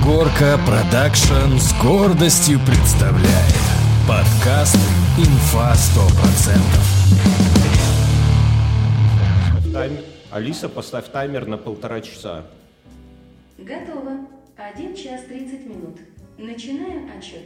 Горка Продакшн с гордостью представляет подкаст «Инфа 100%». Алиса, поставь таймер на 1,5 часа. Готово. 1 час 30 минут. Начинаем отсчет.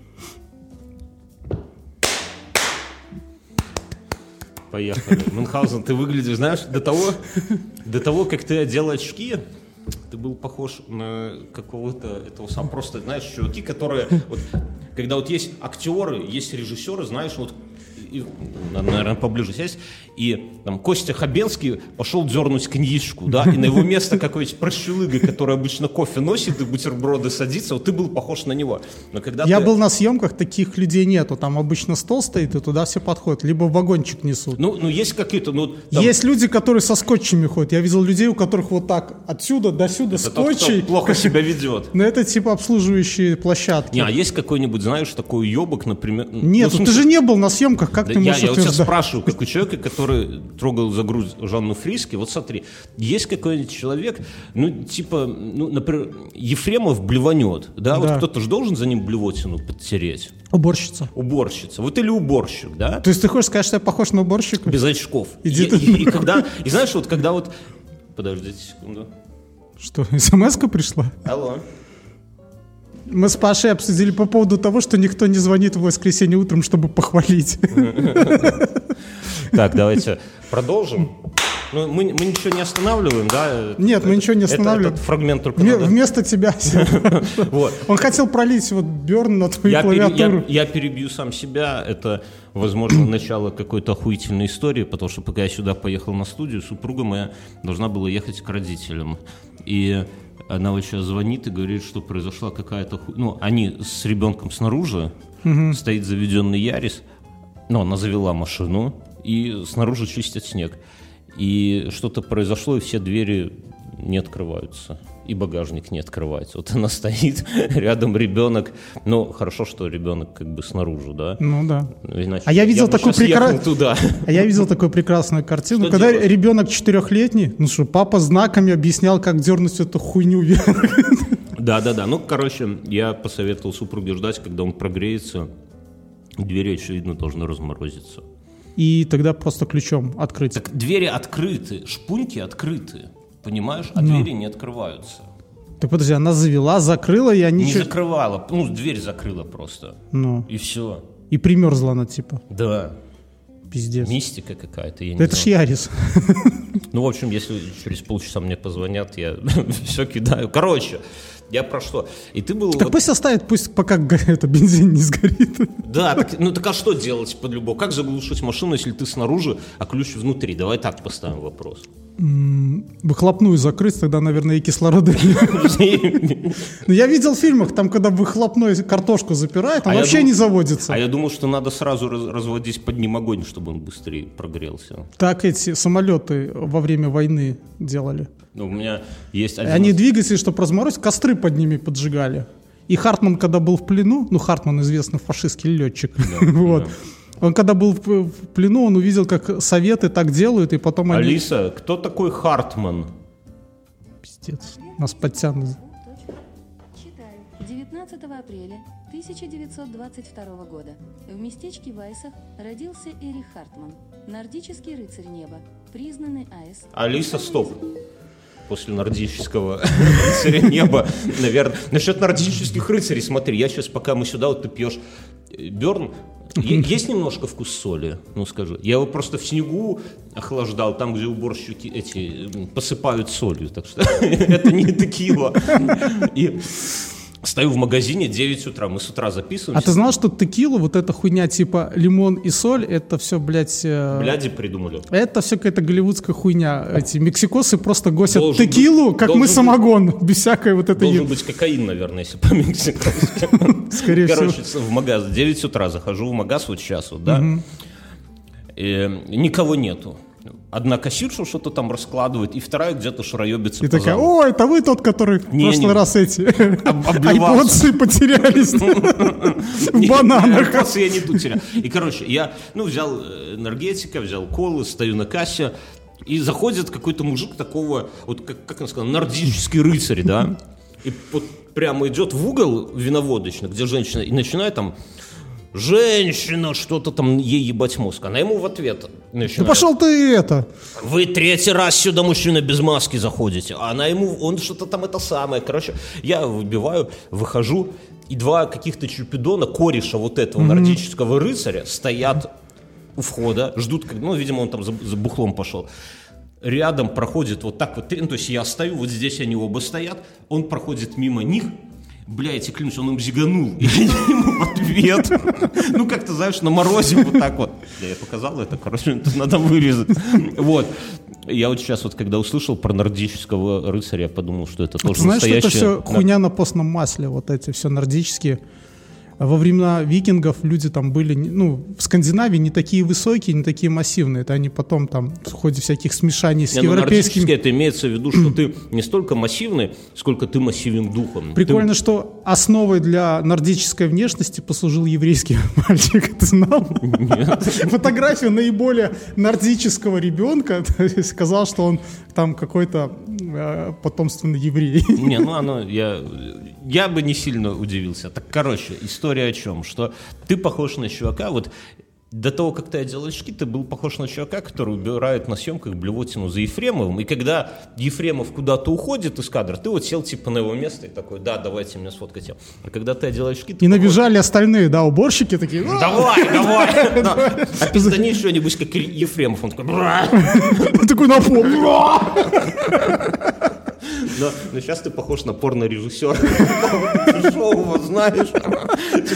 Поехали. Мюнхгаузен, ты выглядишь, знаешь, до того, как ты одел очки, ты был похож на какого-то этого самого, просто, знаешь, чуваки, которые, вот, когда вот есть актеры, есть режиссеры, знаешь, вот, и, наверное, поближе сесть, и там Костя Хабенский пошел дернуть книжку, да, и на его место какой-то прощелыга, который обычно кофе носит и бутерброды садится, вот ты был похож на него. Но когда я был на съемках, таких людей нету, там обычно стол стоит, и туда все подходят, либо вагончик несут. Ну есть какие-то, там... Есть люди, которые со скотчами ходят, я видел людей, у которых вот так отсюда до сюда это скотчи. Тот, кто плохо себя ведет. Ну это типа обслуживающие площадки. Не, а есть какой-нибудь, знаешь, такой ёбок, например... Нет, ну, ты же не был на съемках, как да ты можешь я у тебя утверждать? спрашиваю, как у человека, который трогал за грудь Жанну Фриске, вот смотри, есть какой-нибудь человек, ну, типа, ну, например, Ефремов блеванет, да, вот кто-то же должен за ним блевотину подтереть. Уборщица. Вот или уборщик, да? То есть ты хочешь сказать, что я похож на уборщика? Без очков. И знаешь, вот когда вот... Подождите секунду. Что, смс-ка пришла? Алло. Мы с Пашей обсудили по поводу того, что никто не звонит в воскресенье утром, чтобы похвалить. Так, давайте продолжим. Ну, мы ничего не останавливаем, да? Нет, мы ничего не останавливаем. Этот фрагмент только вместо тебя. Вот. Он хотел пролить вот Бёрн на твою клавиатуру. Я перебью сам себя. Это, возможно, начало какой-то охуительной истории, потому что пока я сюда поехал на студию, супруга моя должна была ехать к родителям. И она вот сейчас звонит и говорит, что произошла какая-то... Ну, они с ребенком снаружи, стоит заведенный Ярис, но она завела машину, и снаружи чистят снег. И что-то произошло, и все двери не открываются, и багажник не открывается. Вот она стоит, рядом ребенок. Ну, хорошо, что ребенок как бы снаружи, да? Ну да. Иначе я видел такую туда. А я видел такую прекрасную картину, что когда делать? Ребенок 4-летний, ну что, папа знаками объяснял, как дернуть эту хуйню вверх. Да. Ну, короче, я посоветовал супруге ждать, когда он прогреется. Двери, очевидно, должны разморозиться. И тогда просто ключом открыть. Так двери открыты, шпуньки открыты, понимаешь? А двери не открываются. Так подожди, она завела, закрыла, и они... Не закрывала, ну, дверь закрыла просто. Ну. И все. И примерзла она, типа. Да. Пиздец. Мистика какая-то, я не знаю. Это ж Ярис. Ну, в общем, если через полчаса мне позвонят, я все кидаю. Короче, я про что? И ты был... Так пусть оставит, пусть пока это бензин не сгорит. Да, так а что делать по-любому? Как заглушить машину, если ты снаружи, а ключ внутри? Давай так поставим вопрос. Выхлопную закрыть, тогда, наверное, и кислорода. Но я видел в фильмах, там, когда выхлопной картошку запирает, он вообще не заводится. А я думал, что надо сразу разводить под ним огонь, чтобы он быстрее прогрелся. Так эти самолеты во время войны делали. Ну, у меня есть один... Они двигались, чтобы разморозить, костры под ними поджигали. И Хартман, когда был в плену, ну, Хартман, известный фашистский летчик, вот. Он когда был в плену, он увидел, как советы так делают, и потом они... Алиса, кто такой Хартман? Пиздец, нас подтянут. Читаю. 19 апреля 1922 года в местечке Вайсах родился Эрих Хартман, нордический рыцарь неба, признанный АЭС. Алиса, стоп. После нордического рыцаря неба, наверное. Насчет нордических рыцарей, смотри, я сейчас, пока мы сюда, вот ты пьешь Бёрн, есть немножко вкус соли, ну скажи. Я его просто в снегу охлаждал, там, где уборщики эти посыпают солью, так что это не текила. И стою в магазине 9 утра, мы с утра записываемся. А ты знал, что текила, вот эта хуйня типа лимон и соль, это все, блядь... Бляди придумали. Это все какая-то голливудская хуйня. Эти мексикосы просто госят должен текилу, быть, как мы самогон, без всякой вот этой... Должен быть кокаин, наверное, если по-мексикански. Скорее всего. Короче, в магаз, 9 утра захожу в магаз вот сейчас, вот, да, и никого нету. Одна кассирша что-то там раскладывает, и вторая где-то шароебится. И такая: о, это вы тот, который в прошлый раз эти айподсы потерялись в бананах. Айподсы я не тут терял. И, короче, я взял энергетика, взял колы, стою на кассе, и заходит какой-то мужик такого, вот как он сказал, нордический рыцарь, да? И вот прямо идет в угол виноводочный, где женщина, и начинает там: женщина, что-то там ей ебать мозг. Она ему в ответ начинает: Да пошел ты это! Вы 3-й раз сюда, мужчина, без маски заходите. А она ему, он что-то там это самое. Короче, я выбиваю, выхожу, и 2 каких-то чупидона, кореша вот этого нордического рыцаря, стоят у входа, ждут, ну, видимо, он там за бухлом пошел. Рядом проходит вот так вот, ну, то есть я стою, вот здесь они оба стоят, он проходит мимо них, бля, я тебе клянусь, он им зиганул, и они ему в ответ, ну, как-то, знаешь, на морозе вот так вот. Я показал это, короче, это надо вырезать. Вот. Я вот сейчас вот, когда услышал про нордического рыцаря, я подумал, что это тоже знаешь, настоящее... что это все хуйня на постном масле, вот эти все нордические. Во времена викингов люди там были, ну, в Скандинавии не такие высокие, не такие массивные. Это они потом там в ходе всяких смешаний с европейскими... Это имеется в виду, что ты не столько массивный, сколько ты массивен духом. Прикольно, что основой для нордической внешности послужил еврейский мальчик. Ты знал? Нет. Фотографию наиболее нордического ребенка сказал, что он там какой-то потомственный еврей. Не, ну оно, я бы не сильно удивился. Так, короче, история о чем? Что ты похож на чувака, вот до того, как ты одел очки, ты был похож на чувака, который убирает на съемках блевотину за Ефремовым, и когда Ефремов куда-то уходит из кадра, ты вот сел типа на его место и такой: да, давайте меня сфоткайте. А когда ты одел очки... И набежали остальные, да, уборщики такие: давай! А пиздани что-нибудь, как Ефремов, он такой... Такой на пол. Но сейчас ты похож на порно-режиссера. Шоу, знаешь. Тем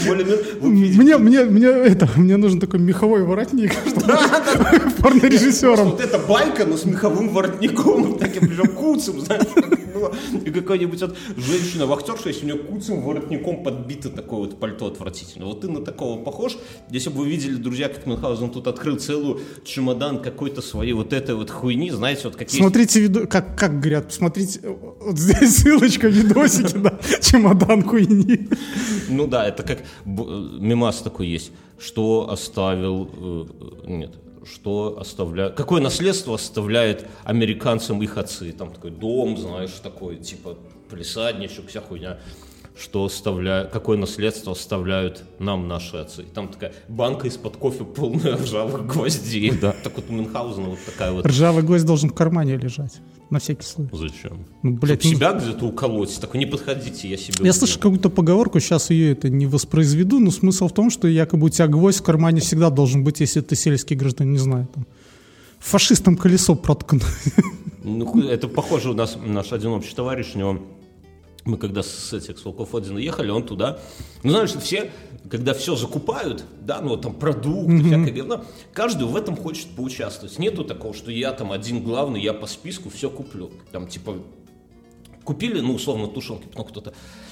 более, мне нужен такой меховой воротник, порно-режиссером. Вот эта байка, но с меховым воротником, таким причем куцем, знаешь, как было. И какая-нибудь вот женщина-вахтерша, если у нее куцем воротником подбито такое вот пальто отвратительное. Вот ты на такого похож. Если бы вы видели, друзья, как Мюнхгаузен тут открыл целую чемодан какой-то своей вот этой вот хуйни, знаете, вот какие... Смотрите, как говорят, смотрите, вот здесь ссылочка, видосики, да, чемодан хуйни. Ну да, это как мемас такой есть, что оставил... Нет... Что оставляет... Какое наследство оставляет американцам их отцы? Там такой дом, знаешь, такой, типа, палисадничек, вся хуйня. Что оставляет... Какое наследство оставляют нам наши отцы? И там такая банка из-под кофе, полная ржавых гвоздей. Да. Так вот у Мюнхгаузена вот такая вот... Ржавый гвоздь должен в кармане лежать. На всякий случай. Зачем? Ну, блядь, чтобы себя где-то уколоть. Так не подходите, я себе... Я слышу какую-то поговорку, сейчас ее это не воспроизведу, но смысл в том, что якобы у тебя гвоздь в кармане всегда должен быть, если ты сельский гражданин, не знаю, там, фашистом колесо проткано. Ну, это похоже, у нас наш один общий товарищ, у него... Мы когда с Волков-Одина ехали, он туда... Ну, знаешь, все, когда все закупают, да, ну, вот там продукты, всякое говно, каждый в этом хочет поучаствовать. Нету такого, что я там один главный, я по списку все куплю. Там, типа, купили, ну, условно, тушенки, потом кто-то...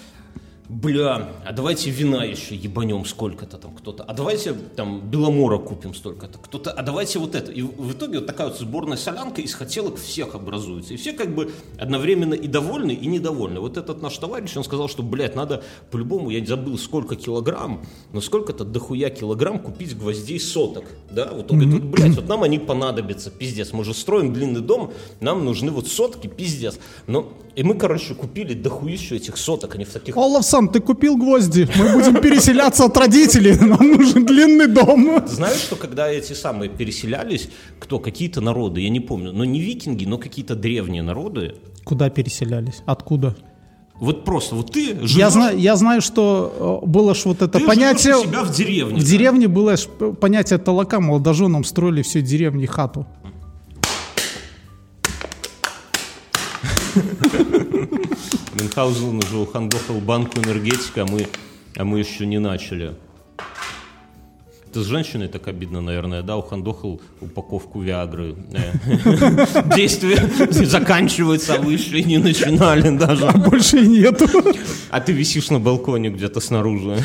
Бля, а давайте вина еще ебанем сколько-то там кто-то, а давайте там Беломора купим столько-то, кто-то, а давайте вот это. И в итоге вот такая вот сборная солянка из хотелок всех образуется. И все как бы одновременно и довольны, и недовольны. Вот этот наш товарищ, он сказал, что, блядь, надо по-любому, я не забыл сколько килограмм, но сколько-то дохуя килограмм купить гвоздей соток. Да, вот он говорит, вот, блядь, вот нам они понадобятся, пиздец. Мы же строим длинный дом, нам нужны вот сотки, пиздец. Но, и мы, короче, купили дохуищу этих соток, они в таких... Олафсон, ты купил гвозди? Мы будем переселяться от родителей, нам нужен длинный дом. Знаешь, что когда эти самые переселялись, какие-то народы, я не помню, но не викинги, но какие-то древние народы. Куда переселялись? Откуда? Вот просто, вот ты живешь... Я знаю, что было ж вот это понятие... Ты живешь у себя в деревне. В деревне было ж понятие толока, молодоженам строили всей деревне хату. Мюнхгаузен уже ухандохал банку энергетика, а мы еще не начали. Это с женщиной так обидно, наверное, да? Ухандохал упаковку Виагры. Действие заканчивается, а вы еще и не начинали даже. А больше и нету. А ты висишь на балконе где-то снаружи.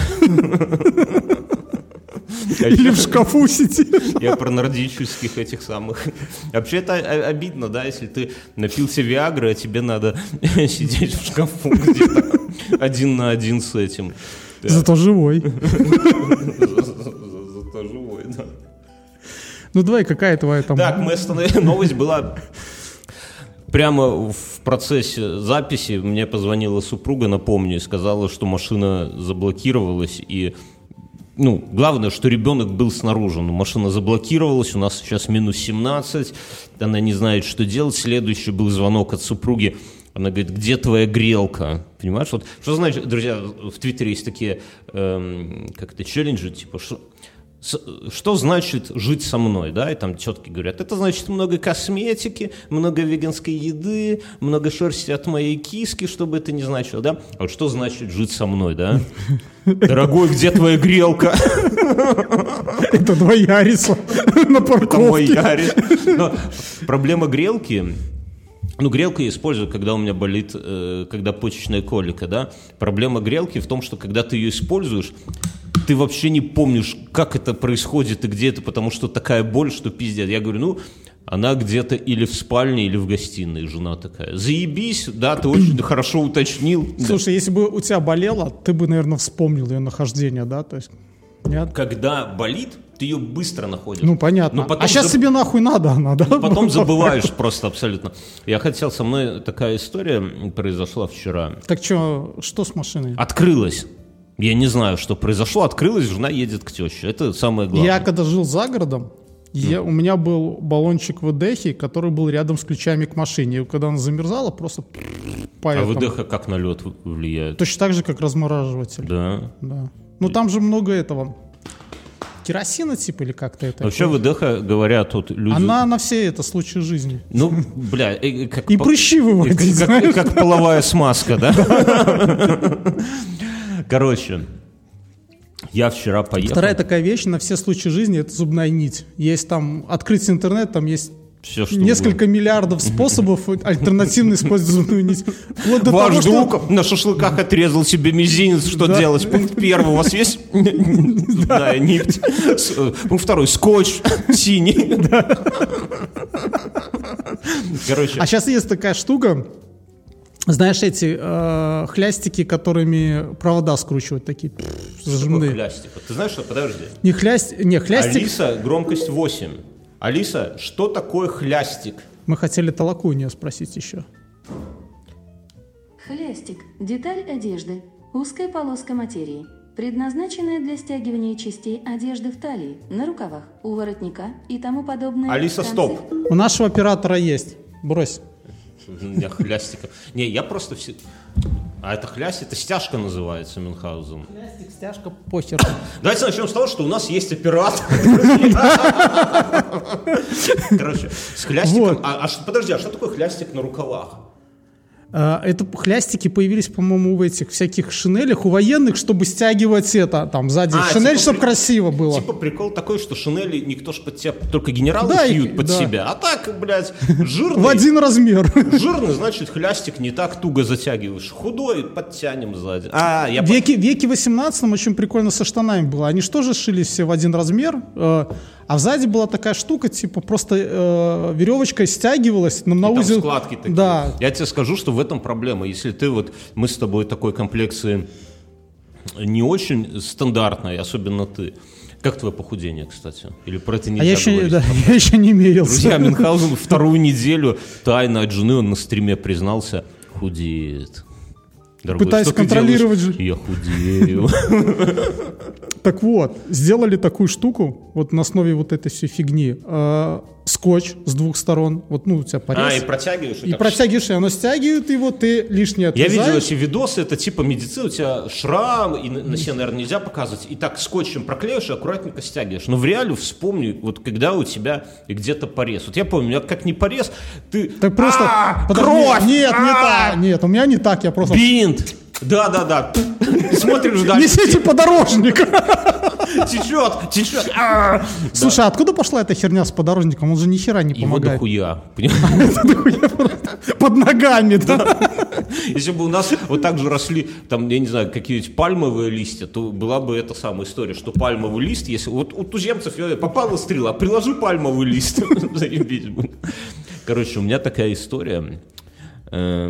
Или в шкафу сидишь. Я про нордических этих самых. Вообще это обидно, да, если ты напился Виагры, а тебе надо сидеть в шкафу где-то 1 на 1 с этим. Зато живой. Зато живой, да. Ну давай, какая твоя там... Так, новость была... прямо в процессе записи мне позвонила супруга, напомню, и сказала, что машина заблокировалась, и главное, что ребенок был снаружи, но машина заблокировалась, у нас сейчас минус 17, она не знает, что делать. Следующий был звонок от супруги, она говорит, где твоя грелка? Понимаешь, вот что значит, друзья, в Твиттере есть такие как-то челленджи, типа, что значит жить со мной, да, и там четко говорят, это значит много косметики, много веганской еды, много шерсти от моей киски, что бы это ни значило, да, а вот что значит жить со мной, да, дорогой, где твоя грелка? Это два Яриса на парковке. Это мой Ярис. Но проблема грелки, грелку я использую, когда у меня болит, когда почечная колика, да, проблема грелки в том, что когда ты ее используешь, ты вообще не помнишь, как это происходит и где это, потому что такая боль, что пиздец. Я говорю, она где-то или в спальне, или в гостиной, жена такая. Заебись, да, ты очень хорошо уточнил. Слушай, если бы у тебя болело, ты бы, наверное, вспомнил ее нахождение, да, то есть... Нет? Когда болит, ты ее быстро находишь. Понятно. А сейчас тебе нахуй надо она, да? Потом забываешь просто абсолютно. Я хотел, со мной такая история произошла вчера. Так что с машиной? Открылась. Я не знаю, что произошло. Открылась, жена едет к теще. Это самое главное. Я когда жил за городом, у меня был баллончик ВДХи, который был рядом с ключами к машине. И когда она замерзала, просто... А ВДХ как на лед влияет? Точно так же, как размораживатель. Да? Да. Там же много этого... Керосина типа или как-то это? Вообще ВДХ, говорят, тут люди... Она на все это случаи жизни. Как и прыщи выводить, как половая смазка, да? Короче, я вчера поехал... Вторая такая вещь на все случаи жизни — это зубная нить. Есть там, открыть интернет, там есть все, несколько миллиардов способов альтернативно использовать зубную нить. Ваш друг на шашлыках отрезал себе мизинец, что делать? Пункт 1, у вас есть нить? Пункт 2, скотч синий. Короче. А сейчас есть такая штука, знаешь, эти хлястики, которыми провода скручивают, такие зажимные. Хлястик? Ты знаешь, что? Подожди. Хлястик. Алиса, громкость 8. Алиса, что такое хлястик? Мы хотели толоку у нее спросить еще. Хлястик – деталь одежды, узкая полоска материи, предназначенная для стягивания частей одежды в талии, на рукавах, у воротника и тому подобное. Алиса, стоп. У нашего оператора есть. Брось. Я хлястика. Не, я просто все... А это хлясть, это стяжка называется Мюнхгаузен. Хлястик, стяжка, похер. Давайте начнем с того, что у нас есть оператор. Короче, с хлястиком... Подожди, а что такое хлястик на рукавах? Это хлястики появились, по-моему, в этих всяких шинелях у военных, чтобы стягивать это, там, сзади шинель, чтобы красиво было. Типа прикол такой, что шинели никто ж под тебя, только генералы шьют под себя. А так, блядь, жирный... В один размер. Жирный, значит, хлястик не так туго затягиваешь. Худой подтянем сзади. Веке 18 очень прикольно со штанами было. Они же тоже шились все в один размер. А сзади была такая штука, типа просто веревочкой стягивалась. На узел... там складки такие. Да. Я тебе скажу, что в этом проблема. Если ты мы с тобой такой комплекции не очень стандартной, особенно ты. Как твое похудение, кстати? Или про это нельзя говорить? Я еще не мерился. Друзья, Мюнхгаузен вторую неделю тайно от жены, он на стриме признался, худеет. Дорогой, пытаюсь контролировать же. Я худею. Так вот, сделали такую штуку, вот на основе вот этой всей фигни. Скотч с двух сторон, вот, у тебя порез. И протягиваешь. И протягиваешь, и оно стягивает его, ты лишнее отрезаешь. Я видел эти видосы, это типа медицина, у тебя шрам, и на себе, наверное, нельзя показывать, и так скотчем проклеишь и аккуратненько стягиваешь. Но в реале вспомни, вот когда у тебя где-то порез. Вот я помню, у меня как не порез, ты... Так просто... Кровь! Нет, не так, нет, у меня не так, я просто... Бинт! Да. Смотришь дальше. Несите подорожник. Течет. Слушай, а откуда пошла эта херня с подорожником? Он же ни хера не помогает. Его дохуя. Под ногами, да? Если бы у нас вот так же росли, там, я не знаю, какие-нибудь пальмовые листья, то была бы эта самая история, что пальмовый лист, если вот у туземцев попала стрела, приложи пальмовый лист. Заебись. Короче, у меня такая история.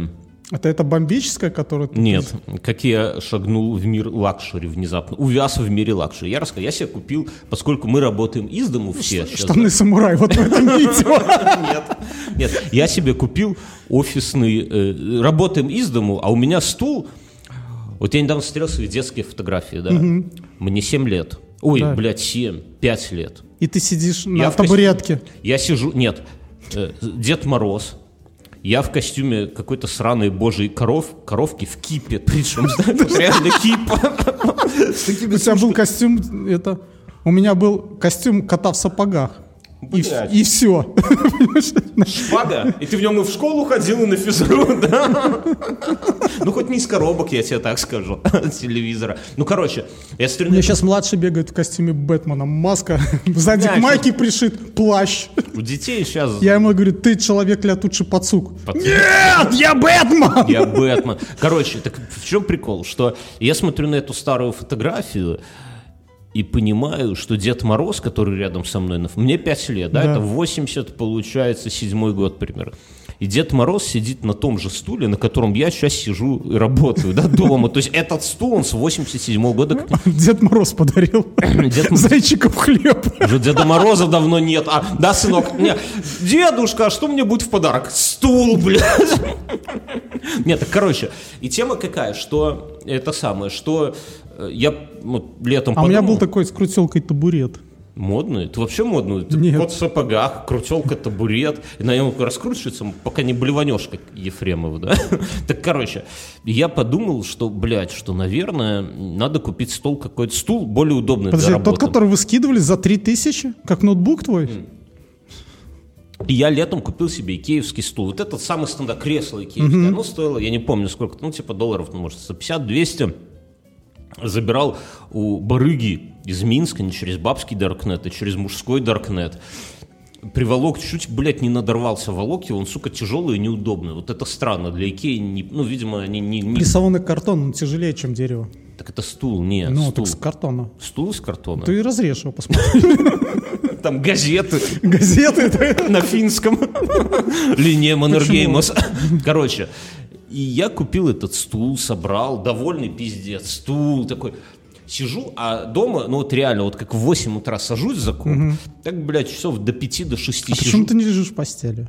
Это бомбическая, которую ты... Нет, как я шагнул в мир лакшери внезапно, увяз в мире лакшери. Я рассказал, я себе купил, поскольку мы работаем из дому все. Штаны самурай вот в этом видео. Нет, я себе купил офисный, работаем из дому, а у меня стул, вот я недавно смотрел свои детские фотографии, да, мне 7 лет. Ой, Да. блядь, 5 лет. И ты сидишь Я на в костюме. табуретке. Я сижу, нет, Дед Мороз. Я в костюме какой-то сраной божьей коровки в кипе, причем, знаешь, реально кипа. У тебя был костюм, у меня был костюм кота в сапогах. Блядь. И все. Шпага, и ты в нем и в школу ходил, и на физру, да? Ну, хоть не из коробок, я тебе так скажу, от телевизора. Ну, короче, я смотрю... У меня сейчас младший бегает в костюме Бэтмена, маска, сзади к майке пришит плащ. У детей сейчас... Я ему говорю, ты человек летучий пацук. Пацук. Нет, я Бэтмен! Я Бэтмен. Короче, так в чем прикол? Что я смотрю на эту старую фотографию и понимаю, что Дед Мороз, который рядом со мной, мне 5 лет, да, Да. это 80, получается, 7-й год примерно. И Дед Мороз сидит на том же стуле, на котором я сейчас сижу и работаю, да, дома. То есть этот стул, он с 87-го года. Дед Мороз подарил зайчиков хлеб. Уже Деда Мороза давно нет. Да, сынок? Нет. Дедушка, а что мне будет в подарок? Стул, блядь. Нет, так, короче, и тема какая, что это самое, что я летом А у меня подумал, был такой с крутелкой табурет. модный? Это вообще модный? Ты Нет. кот в сапогах, крутелка, табурет, и на нем раскручивается, пока не блеванешь, как Ефремов, да? Так, короче, я подумал, что, блядь, что, наверное, надо купить стол какой-то, стул более удобный для Подожди, работы. тот, который вы скидывали за 3000, как ноутбук твой? И я летом купил себе икеевский стул. Вот этот самый стандарт, кресло икеевское. Оно стоило, я не помню сколько, ну типа долларов, ну, может, 150-200. Забирал у барыги из Минска, не через бабский даркнет, а через мужской даркнет. Приволок, чуть, блядь, не надорвался, волок его, он, сука, тяжелый и неудобный. Вот это странно, для Икеи, ну, видимо, они не... Прессованный картон, он тяжелее, чем дерево. Так это стул, нет, Ну, стул. так с картона. Стул из картона? Ты разрежь его, посмотри. Там газеты Газеты. на финском. Линия Маннергеймас. Короче, и я купил этот стул, собрал, довольный пиздец, стул такой. Сижу, а дома, ну вот реально, вот как в 8 утра сажусь за комп, так, блядь, часов до 5, до 6 А сижу. почему ты не лежишь в постели?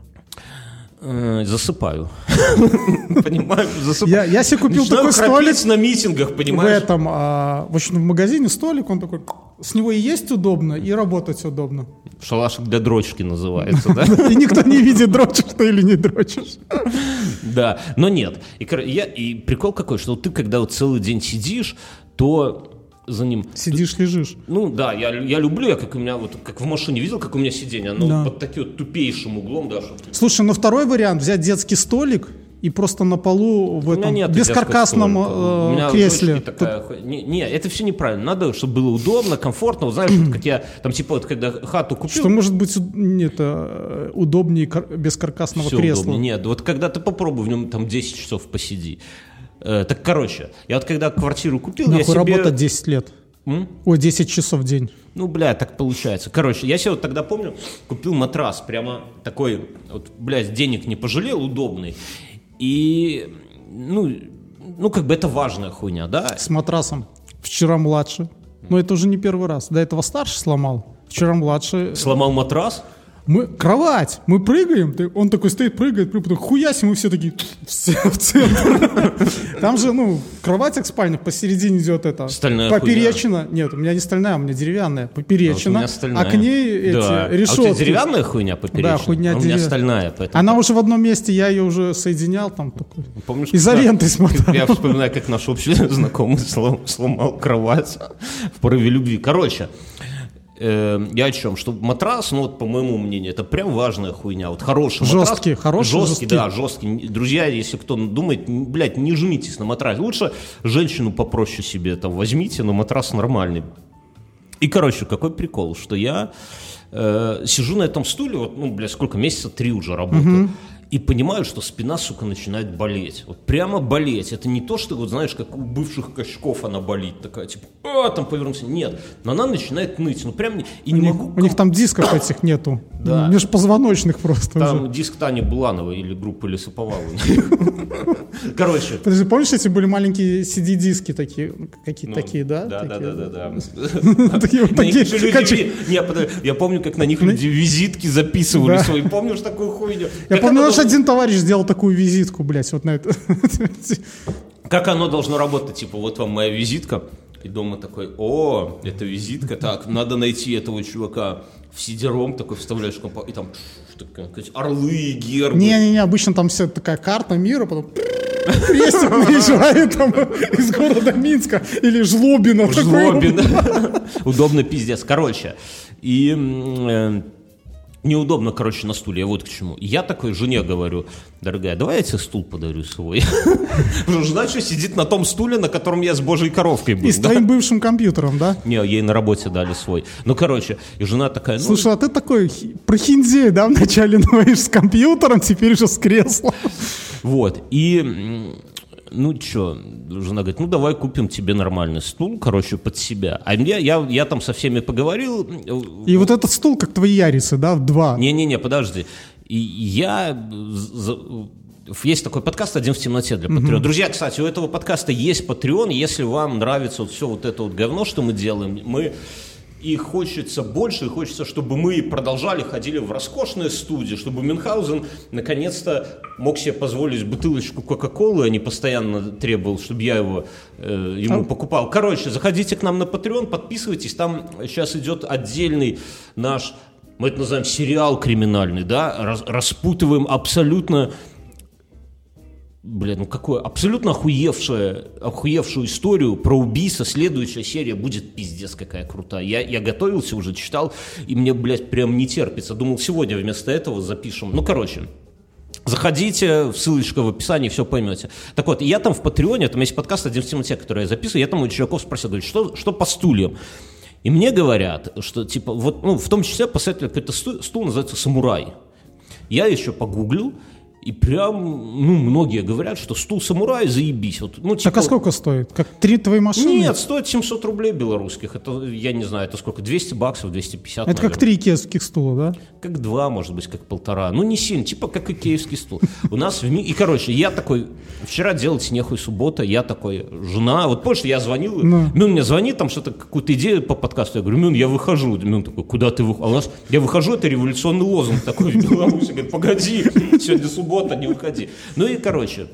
Засыпаю. Понимаю, засыпаю. Я себе купил Начинаю такой столик храпеть на митингах, в понимаешь? этом, в общем, в магазине столик, он такой, с него и есть удобно, и работать удобно. Шалашик для дрочки называется, да? И никто не видит, дрочишь ты или не дрочишь. Да, но нет. И прикол какой, что вот ты, когда вот целый день сидишь, то за ним... Сидишь, лежишь. Ну да, я люблю, я как у меня, вот как в машине видел, как у меня сиденье, оно Да. под таким вот тупейшим углом, да, что... Слушай, ну второй вариант, взять детский столик и просто на полу в У меня этом нет бескаркасном детского столика. У меня у кресле. дочки такая Не, это все неправильно. Надо, чтобы было удобно, комфортно. Вот знаешь, вот как я, там типа вот когда хату купил... Что может быть удобнее бескаркасного Всё кресла? удобно. Нет, вот когда ты попробуй в нем там 10 часов посиди. Так, короче, я вот когда квартиру купил, я Нахуй себе... работать 10 лет. Ой, 10 часов в день. Ну, бля, так получается. Короче, я себе вот тогда помню, купил матрас, прямо такой, вот, блядь, денег не пожалел, удобный. И, ну, как бы это важная хуйня, да? С матрасом. Вчера младший. Но это уже не первый раз. До этого старший сломал. Вчера младший. Сломал матрас? Кровать. Мы прыгаем. Он такой стоит, прыгает, потом хуясь, и мы все такие в центр. Там же, кровать как спальня, посередине идет это. Стальная поперечина. Нет, у меня не стальная, у меня деревянная. Поперечина. А к ней да. эти решетки. А у тебя деревянная хуйня поперечная? Да, хуйня а у меня деревянная. стальная. Поэтому... Она уже в одном месте, я ее уже соединял там такой. Помнишь, изолентой смотал. Я вспоминаю, как наш общий знакомый сломал кровать в порыве любви. Короче, я о чем? Что матрас, ну вот по моему мнению, это прям важная хуйня. Вот хороший жесткий, матрас. хороший, жесткий, да, жесткий. Друзья, если кто думает, блядь, не жмитесь на матрасе. Лучше женщину попроще себе там возьмите, но матрас нормальный. И, короче, какой прикол, что я сижу на этом стуле, вот, ну, блядь, сколько, месяца 3 уже работаю. и понимаю, что спина, сука, начинает болеть. Вот прямо болеть. Это не то, что, вот знаешь, как у бывших качков она болит. Такая, типа, там повернулся. Нет. Но она начинает ныть. Ну, прям и не могу... У них там дисков этих нету. Да. Межпозвоночных просто. Там уже. диск Тани Булановой или группы Лесоповала. Короче. Подожди, помнишь, эти были маленькие CD-диски такие? Какие-то такие, да? Да. Я помню, как на них люди визитки записывали свои. Помнишь такую хуйню? Я помню, наш один товарищ сделал такую визитку, блядь, вот на это. Как оно должно работать? Типа, вот вам моя визитка. И дома такой, это визитка, так, надо найти этого чувака в CD-ROM, такой вставляешь компа, и там орлы, гербы. Не-не-не, обычно там вся такая карта мира, потом крестик наезжает там из города Минска или Жлобина. Жлобина. Удобно пиздец. Короче, и... Неудобно, короче, на стуле. Я вот к чему. Я такой жене говорю, дорогая, давай я тебе стул подарю свой. Потому что жена что, сидит на том стуле, на котором я с божьей коровкой был. И с твоим бывшим компьютером, да? Не, ей на работе дали свой. Ну, короче, и жена такая... Слушай, а ты такой прохиндей, да, вначале говоришь с компьютером, теперь уже с креслом. Вот, и... Ну, что, жена говорит, ну, давай купим тебе нормальный стул, короче, под себя. А я там со всеми поговорил. И вот этот стул, как твои ярисы, да, в 2. Не-не-не, подожди. И есть такой подкаст «Один в темноте» для Patreon. Друзья, кстати, у этого подкаста есть Patreon. Если вам нравится вот все вот это вот говно, что мы делаем, и хочется больше, и хочется, чтобы мы продолжали, ходили в роскошные студии, чтобы Мюнхгаузен наконец-то мог себе позволить бутылочку Кока-Колы, а не постоянно требовал, чтобы я ему покупал. Короче, заходите к нам на Patreon, подписывайтесь, там сейчас идет отдельный наш, мы это называем сериал криминальный, да, распутываем абсолютно... абсолютно охуевшую историю про убийство. Следующая серия будет пиздец какая крутая. Я готовился уже, читал, и мне, прям не терпится. Думал, сегодня вместо этого запишем. Ну, короче, заходите, ссылочка в описании, все поймете. Так вот, я там в Патреоне, там есть подкаст «Один в темноте», который я записываю, я там у чуваков спросил, говорю, что по стульям? И мне говорят, что, типа, вот, в том числе посоветовали какой-то стул, называется «Самурай». Я еще погуглил, и прям, многие говорят, что стул самурая заебись. Вот, Так а сколько стоит? Как 3 твои машины? Нет, стоит 700 рублей белорусских. Это, я не знаю, это сколько? 200 баксов, 250, Это наверное. как 3 икеевских стула, да? Как 2, может быть, как 1,5. Не сильно, типа как икеевский стул. У нас и, короче, я такой, вчера делать нехуй, суббота, я такой, жена, вот помнишь, я звонил, Мюн мне звонит, там что-то, какую-то идею по подкасту, я говорю, Мюн, я выхожу. Мюн такой, куда ты выходишь? А у нас, я выхожу, это революционный лозунг такой в Беларуси, говорит, погоди, сегодня суббота, не выходи. Ну и, короче,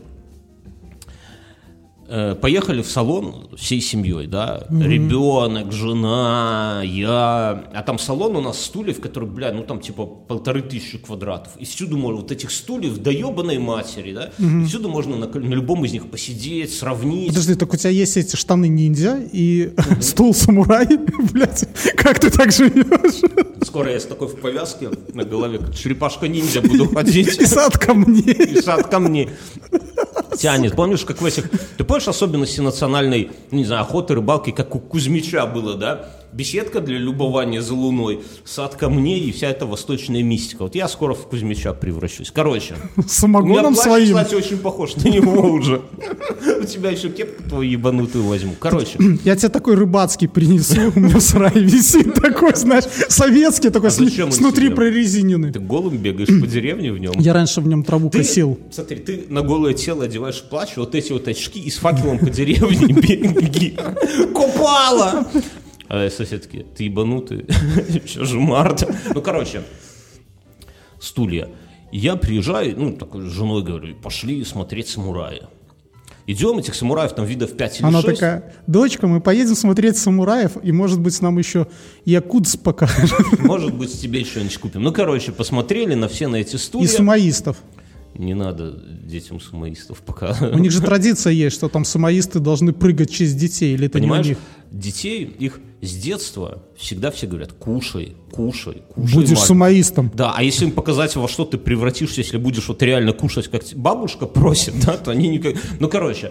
поехали в салон всей семьей, да, ребенок, жена, я, а там салон у нас стульев, которые, там типа 1500 квадратов, и всюду можно, вот этих стульев до ебаной матери, да, и всюду можно на любом из них посидеть, сравнить. Подожди, так у тебя есть эти штаны ниндзя и стул самурай, блядь, как ты так живешь? Скоро я с такой в повязке на голове, как черепашка-ниндзя буду ходить. И сад камней. И сад камней. Тянет. Помнишь, как в этих... Ты помнишь особенности национальной, не знаю, охоты, рыбалки, как у Кузьмича было, да? Беседка для любования за луной, сад камней и вся эта восточная мистика. Вот я скоро в Кузьмича превращусь. Короче. Самогоном своим. Кстати, очень похож на него уже. У тебя еще кепку твою ебанутую возьму. Короче. Я тебе такой рыбацкий принесу. У меня в сарае висит такой, знаешь, советский, такой снутри прорезиненный. Ты голым бегаешь по деревне в нем? Я раньше в нем траву косил. Смотри, ты на голое тело одеваешь плащ, вот эти вот очки и с факелом по деревне беги. Купала! А соседки, ты ебанутый, еще же март. Ну, короче, стулья. Я приезжаю, такой с женой говорю, пошли смотреть «Самурая». Идем, этих самураев там видов 5 или 6. Она такая, дочка, мы поедем смотреть «Самураев», и, может быть, нам еще якутс покажет. Может быть, тебе что-нибудь купим. Ну, короче, посмотрели на эти стулья. И самоистов. Не надо детям самоистов пока. У них же традиция есть, что там самоисты должны прыгать через детей, или это понимаешь, не у них? Детей, их с детства всегда все говорят, кушай. Будешь мальчик. самоистом. Да, а если им показать, во что ты превратишься, если будешь вот реально кушать, как бабушка просит, да, то они никак... Ну, короче,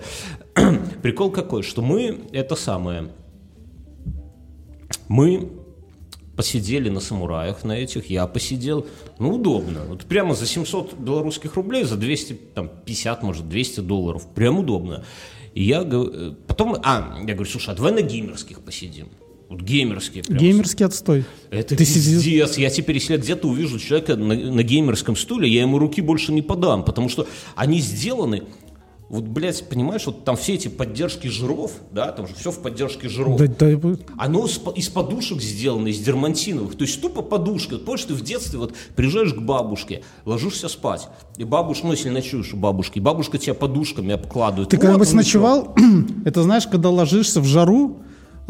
прикол какой, что мы, это самое, мы посидели на самураях на этих, я посидел, ну, удобно. Вот прямо за 700 белорусских рублей, за 250, может, 200 долларов, прям удобно. И я потом, я говорю, слушай, а давай на геймерских посидим. Вот геймерские. Прям. Геймерский отстой. Это пиздец. Я теперь, если я где-то увижу человека на геймерском стуле, я ему руки больше не подам, потому что они сделаны... Вот, блядь, понимаешь, вот там все эти поддержки жиров, да, там же все в поддержке жиров. Оно из подушек сделано, из дермантиновых. То есть тупо подушка. Вот, помнишь, ты в детстве вот приезжаешь к бабушке, ложишься спать, и бабушка, ну, если ночуешь у бабушки, и бабушка тебя подушками обкладывает. Ты когда-нибудь ночевал, это знаешь, когда ложишься в жару,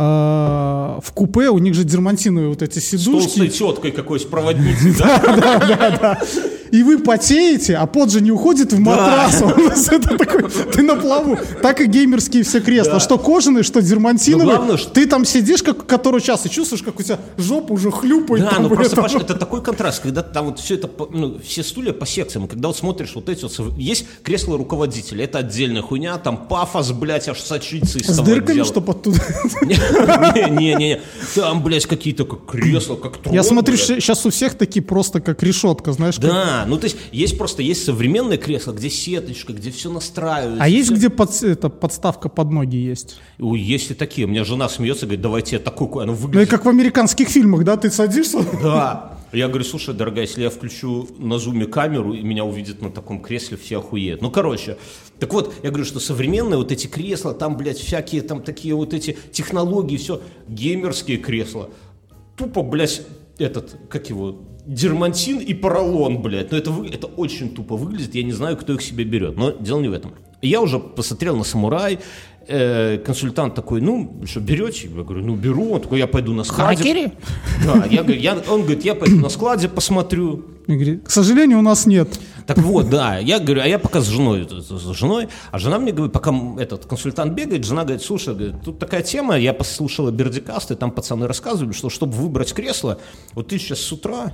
в купе, у них же дермантиновые вот эти сидушки. С толстой теткой какой-то проводницей, да? Да. И вы потеете, а пот же не уходит в матрас. Это такой, ты на плаву. Так и геймерские все кресла. Что кожаные, что дермантиновые. Ты там сидишь, как который час, и чувствуешь, как у тебя жопа уже хлюпает. Да, ну просто, Паша, это такой контраст, когда там вот все это, ну, все стулья по секциям, и когда вот смотришь вот эти вот, есть кресло руководителя, это отдельная хуйня, там пафос, блядь, аж сочится из того. С дырками, чтоб оттуда. Не-не-не, там, блядь, какие-то как кресла, как трон. Я смотрю, сейчас у всех такие просто как решетка, знаешь. Да, ну то есть есть современное кресло, где сеточка, где все настраивается. А есть где подставка под ноги есть? Есть и такие. У меня жена смеется, говорит, давайте я такой, оно выглядит. Ну и как в американских фильмах, да, ты садишься? Да. Я говорю, слушай, дорогая, если я включу на зуме камеру, и меня увидят на таком кресле, все охуеют. Ну, короче, так вот, я говорю, что современные вот эти кресла, там, блядь, всякие там такие вот эти технологии, все, геймерские кресла. Тупо, блядь, дермантин и поролон, блядь. Но это очень тупо выглядит, я не знаю, кто их себе берет. Но дело не в этом. Я уже посмотрел на «Самурай», консультант такой, ну, что, берете? Я говорю, ну, беру. Он такой, я пойду на складе. Харакири? Да, он говорит, я пойду на складе посмотрю. Я говорю, к сожалению, у нас нет. Так вот, да, я говорю, а я пока с женой, а жена мне говорит, пока этот консультант бегает, жена говорит, слушай, говорит, тут такая тема, я послушала Бердикаст, и там пацаны рассказывали, что чтобы выбрать кресло, вот ты сейчас с утра,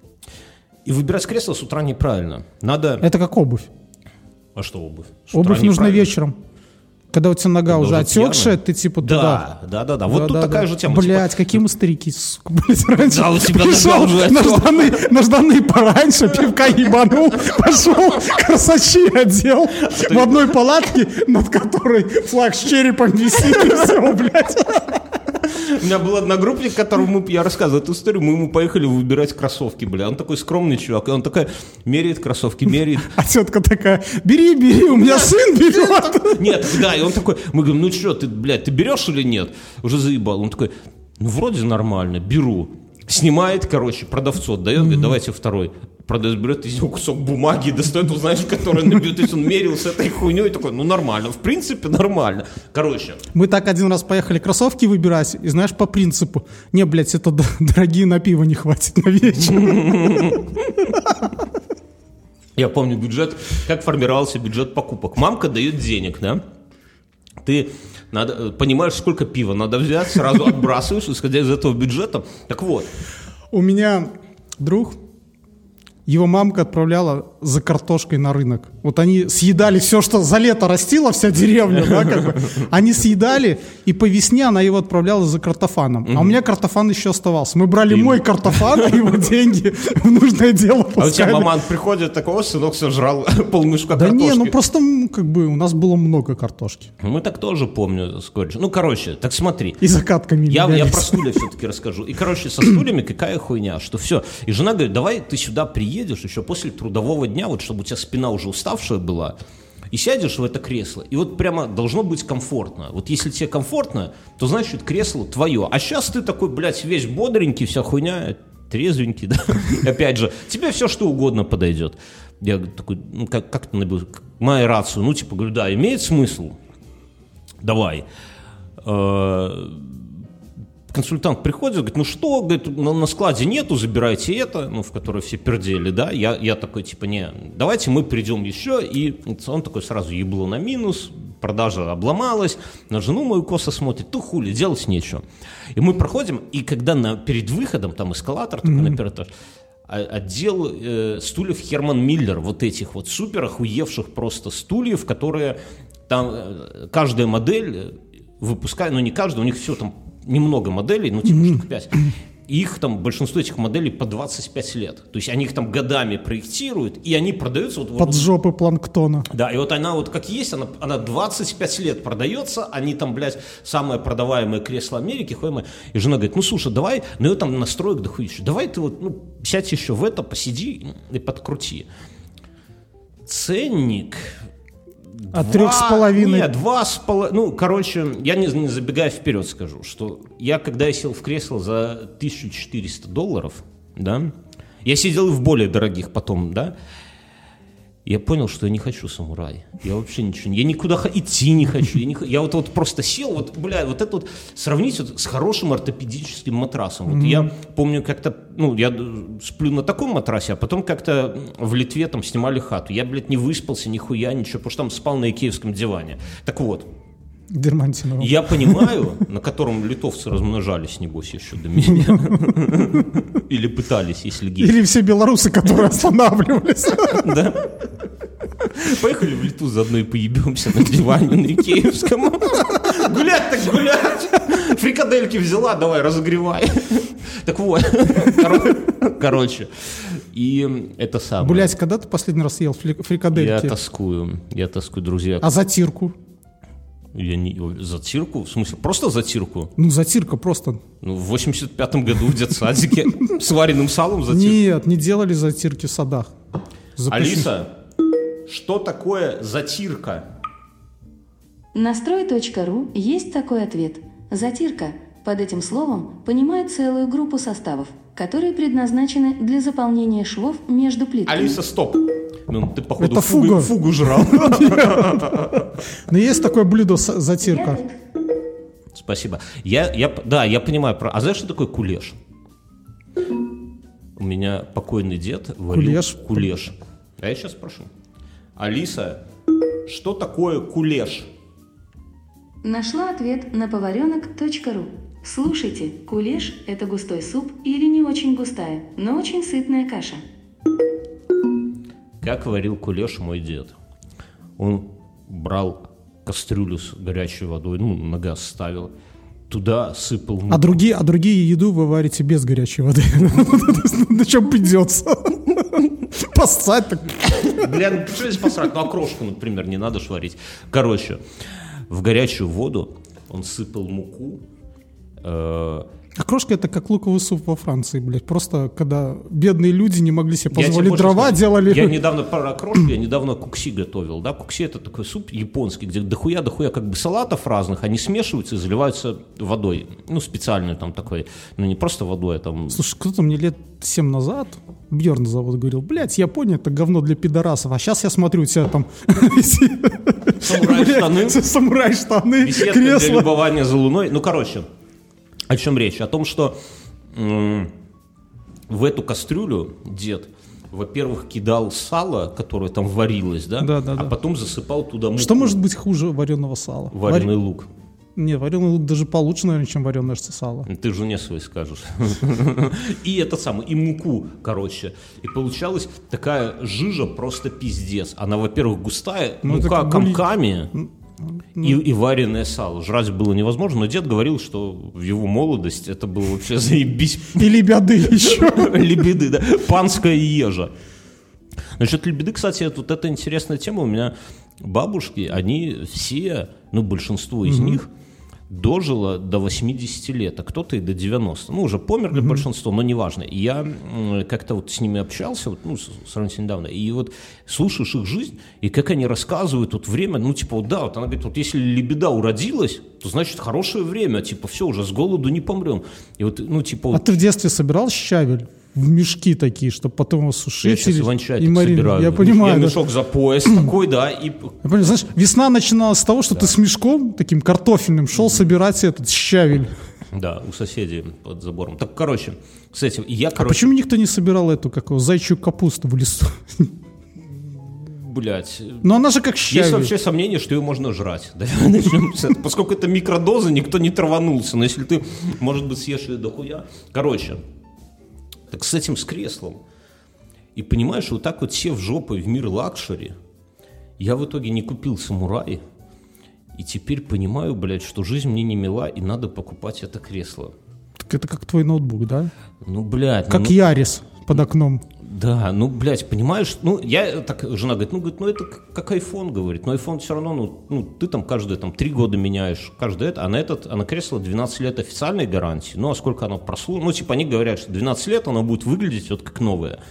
и выбирать кресло с утра неправильно. Надо... Это как обувь. А что обувь? Обувь нужна вечером. Когда у тебя нога уже отекшая, ты типа туда. Да. Вот тут такая же тема. Блять, какие мы старики, сука, блядь, раньше. Да, у тебя пришел нажданный пораньше, пивка ебанул, пошел, красачи одел в одной палатке, над которой флаг с черепом висит, и все, блядь. У меня был одногруппник, которому я рассказывал эту историю, мы ему поехали выбирать кроссовки, бля. Он такой скромный чувак, и он такой меряет кроссовки, меряет. А тетка такая, бери, у меня сын берет. Нет, да, и он такой, мы говорим, ну что, ты берешь или нет? Уже заебал. Он такой, ну вроде нормально, беру. Снимает, короче, продавцу отдает, говорит, давайте второй. Продавец берет из него кусок бумаги, достает, знаешь, который набьет, то есть он мерил с этой хуйней, и такой, ну нормально, в принципе нормально. Короче. Мы так один раз поехали кроссовки выбирать, и знаешь, по принципу, не, блядь, это дорогие на пиво не хватит на вечер. Я помню бюджет, как формировался бюджет покупок. Мамка дает денег, да? Ты понимаешь, сколько пива надо взять, сразу отбрасываешь, исходя из этого бюджета. Так вот. У меня друг, его мамка отправляла за картошкой на рынок. Вот они съедали все, что за лето растила вся деревня, да, как бы. Они съедали, и по весне она его отправляла за картофаном. А у меня картофан еще оставался. Мы брали мой картофан, а его деньги в нужное дело пускали. А у тебя маман приходит, такого, сынок сожрал полмешка картошки. Да не, ну просто как бы у нас было много картошки. Мы так тоже помню. Ну, короче, так смотри. И закатками. Я про стулья все-таки расскажу. И, короче, со стульями какая хуйня, что все. И жена говорит, давай ты сюда приедешь еще после трудового дня, вот чтобы у тебя спина уже уставшая была, и сядешь в это кресло, и вот прямо должно быть комфортно. Вот если тебе комфортно, то значит кресло твое. А сейчас ты такой, блядь, весь бодренький, вся хуйня, трезвенький, да? Опять же, тебе все что угодно подойдет. Я такой, ну как-то набил, мою рацию, ну типа, говорю, да, имеет смысл, давай. Консультант приходит, говорит, ну что, говорит, на складе нету, забирайте это, ну, в которой все пердели, да, я такой, типа, не, давайте мы придем еще, и он такой сразу ебло на минус, продажа обломалась, на жену мою косо смотрит, ту хули, делать нечего. И мы проходим, и когда перед выходом, там эскалатор такой на первый этаж, отдел стульев Херман Миллер, вот этих вот супер охуевших просто стульев, которые там каждая модель выпускает, ну не каждая, у них все там немного моделей, ну типа штук 5. их там, большинство этих моделей по 25 лет. То есть они их там годами проектируют, и они продаются... Под жопы планктона. Да, и вот она вот как есть, она 25 лет продается, они там, блядь, самое продаваемое кресло Америки, и жена говорит, ну, слушай, давай, ну, ее там настроек дохуища, давай ты вот, ну, сядь еще в это, посиди и подкрути. Ценник... От 3,5. Нет, 2,5. Ну, короче, я не забегая вперед скажу, что когда я сел в кресло за $1400, да, я сидел и в более дорогих потом, да, я понял, что я не хочу самурай. Я вообще ничего, я никуда идти не хочу. Я вот просто сел, вот, бля, вот это вот сравнить вот с хорошим ортопедическим матрасом. Вот я помню как-то, ну, я сплю на таком матрасе, а потом как-то в Литве там снимали хату. Я, блядь, не выспался, нихуя, ничего, потому что там спал на икеевском диване. Так вот. Дермантиновым. Я понимаю, на котором литовцы размножались, небось, еще до меня. Или пытались, если гей. Или все белорусы, которые останавливались. Да. Поехали в Литву, заодно и поебемся на диване на икеевском. Гулять так гулять. Фрикадельки взяла, давай, разогревай. Так вот. Короче. И это самое. Гулять, когда ты последний раз ел фрикадельки? Я тоскую, друзья. А затирку? Затирку? В смысле, просто затирку? Ну, затирка просто. Ну, в 85-м году в детсадике с вареным салом затирку. Нет, не делали затирки в садах. Алиса, что такое затирка? На строй.ру есть такой ответ. Затирка. Под этим словом понимают целую группу составов, которые предназначены для заполнения швов между плитками. Алиса, стоп. Ну, ты, походу, это фугу жрал. Но есть такое блюдо затирка. Спасибо. Я понимаю. А знаешь, что такое кулеш? У меня покойный дед варил кулеш. А я сейчас спрошу. Алиса, что такое кулеш? Нашла ответ на поваренок.ру. Слушайте, кулеш – это густой суп или не очень густая, но очень сытная каша. Как варил кулеш мой дед? Он брал кастрюлю с горячей водой, ну, на газ ставил, туда сыпал муку. А другие еду вы варите без горячей воды. На чем придется? Поссать так. Бля, ну что здесь посрать? Ну, окрошку, например, не надо ж варить. Короче, в горячую воду он сыпал муку. Окрошка — это как луковый суп во Франции, блядь. Просто когда бедные люди не могли себе позволить дрова, делали... Я недавно про окрошку, я недавно кукси готовил, да. Кукси — это такой суп японский, где дохуя как бы салатов разных, они смешиваются и заливаются водой. Ну, специальной там такой, ну, не просто водой, а там... Слушай, кто-то мне лет 7 назад, Бьерн зовут, говорил, блядь, Япония — это говно для пидорасов. А сейчас я смотрю, у тебя там... Самурай-штаны, беседка кресло. для любования за луной. Ну, короче... О чем речь? О том, что в эту кастрюлю дед, во-первых, кидал сало, которое там варилось, да? А потом засыпал туда муку. Что может быть хуже вареного сала? Вареный лук. Не, вареный лук даже получше, наверное, чем вареное сало. Ты жене своей скажешь. И и муку, короче. И получалась такая жижа просто пиздец. Она, во-первых, густая, мука комками... И вареное сало. Жрать было невозможно, но дед говорил, что в его молодость это было вообще заебись. И лебеды еще. Лебеды, да. Панская ежа. Насчет лебеды, кстати, вот это интересная тема. У меня бабушки, они все, ну, большинство из них дожило до 80 лет, а кто-то и до 90. Ну, уже померли большинство, но неважно. И я как-то вот с ними общался, вот, ну, сравнительно недавно, и вот слушаешь их жизнь, и как они рассказывают, вот время, ну, типа, вот да, вот она говорит, вот если лебеда уродилась, то значит хорошее время, типа, все, уже с голоду не помрем. И вот, ну, типа... А ты в детстве собирал щавель? В мешки такие, чтобы потом его сушить. Я сейчас иван-чай так марин... собираю. Я понимаю. Я мешок за пояс такой, да. И... Я понимаю, знаешь, весна начиналась с того, что ты с мешком таким картофельным шел собирать этот щавель. Да, у соседей под забором. Так, короче, с этим... А почему никто не собирал эту, как его, зайчью капусту в лесу? Блять. Но она же как щавель. Есть вообще сомнение, что ее можно жрать. Поскольку это микродоза, никто не траванулся. Но если ты, может быть, съешь ее дохуя... Короче... Так с этим, с креслом. И понимаешь, вот так вот сев жопой в мир лакшери, я в итоге не купил самурай. И теперь понимаю, блядь, что жизнь мне не мила, и надо покупать это кресло. Это как твой ноутбук, да? Ну, блядь. Как Ярис под окном. Да, ну, блядь, понимаешь, ну, жена говорит, это как iPhone, говорит, но iPhone все равно, ты там каждые 3 года меняешь, а на кресло 12 лет официальной гарантии, ну, а сколько оно прослужило, они говорят, что 12 лет оно будет выглядеть вот как новое.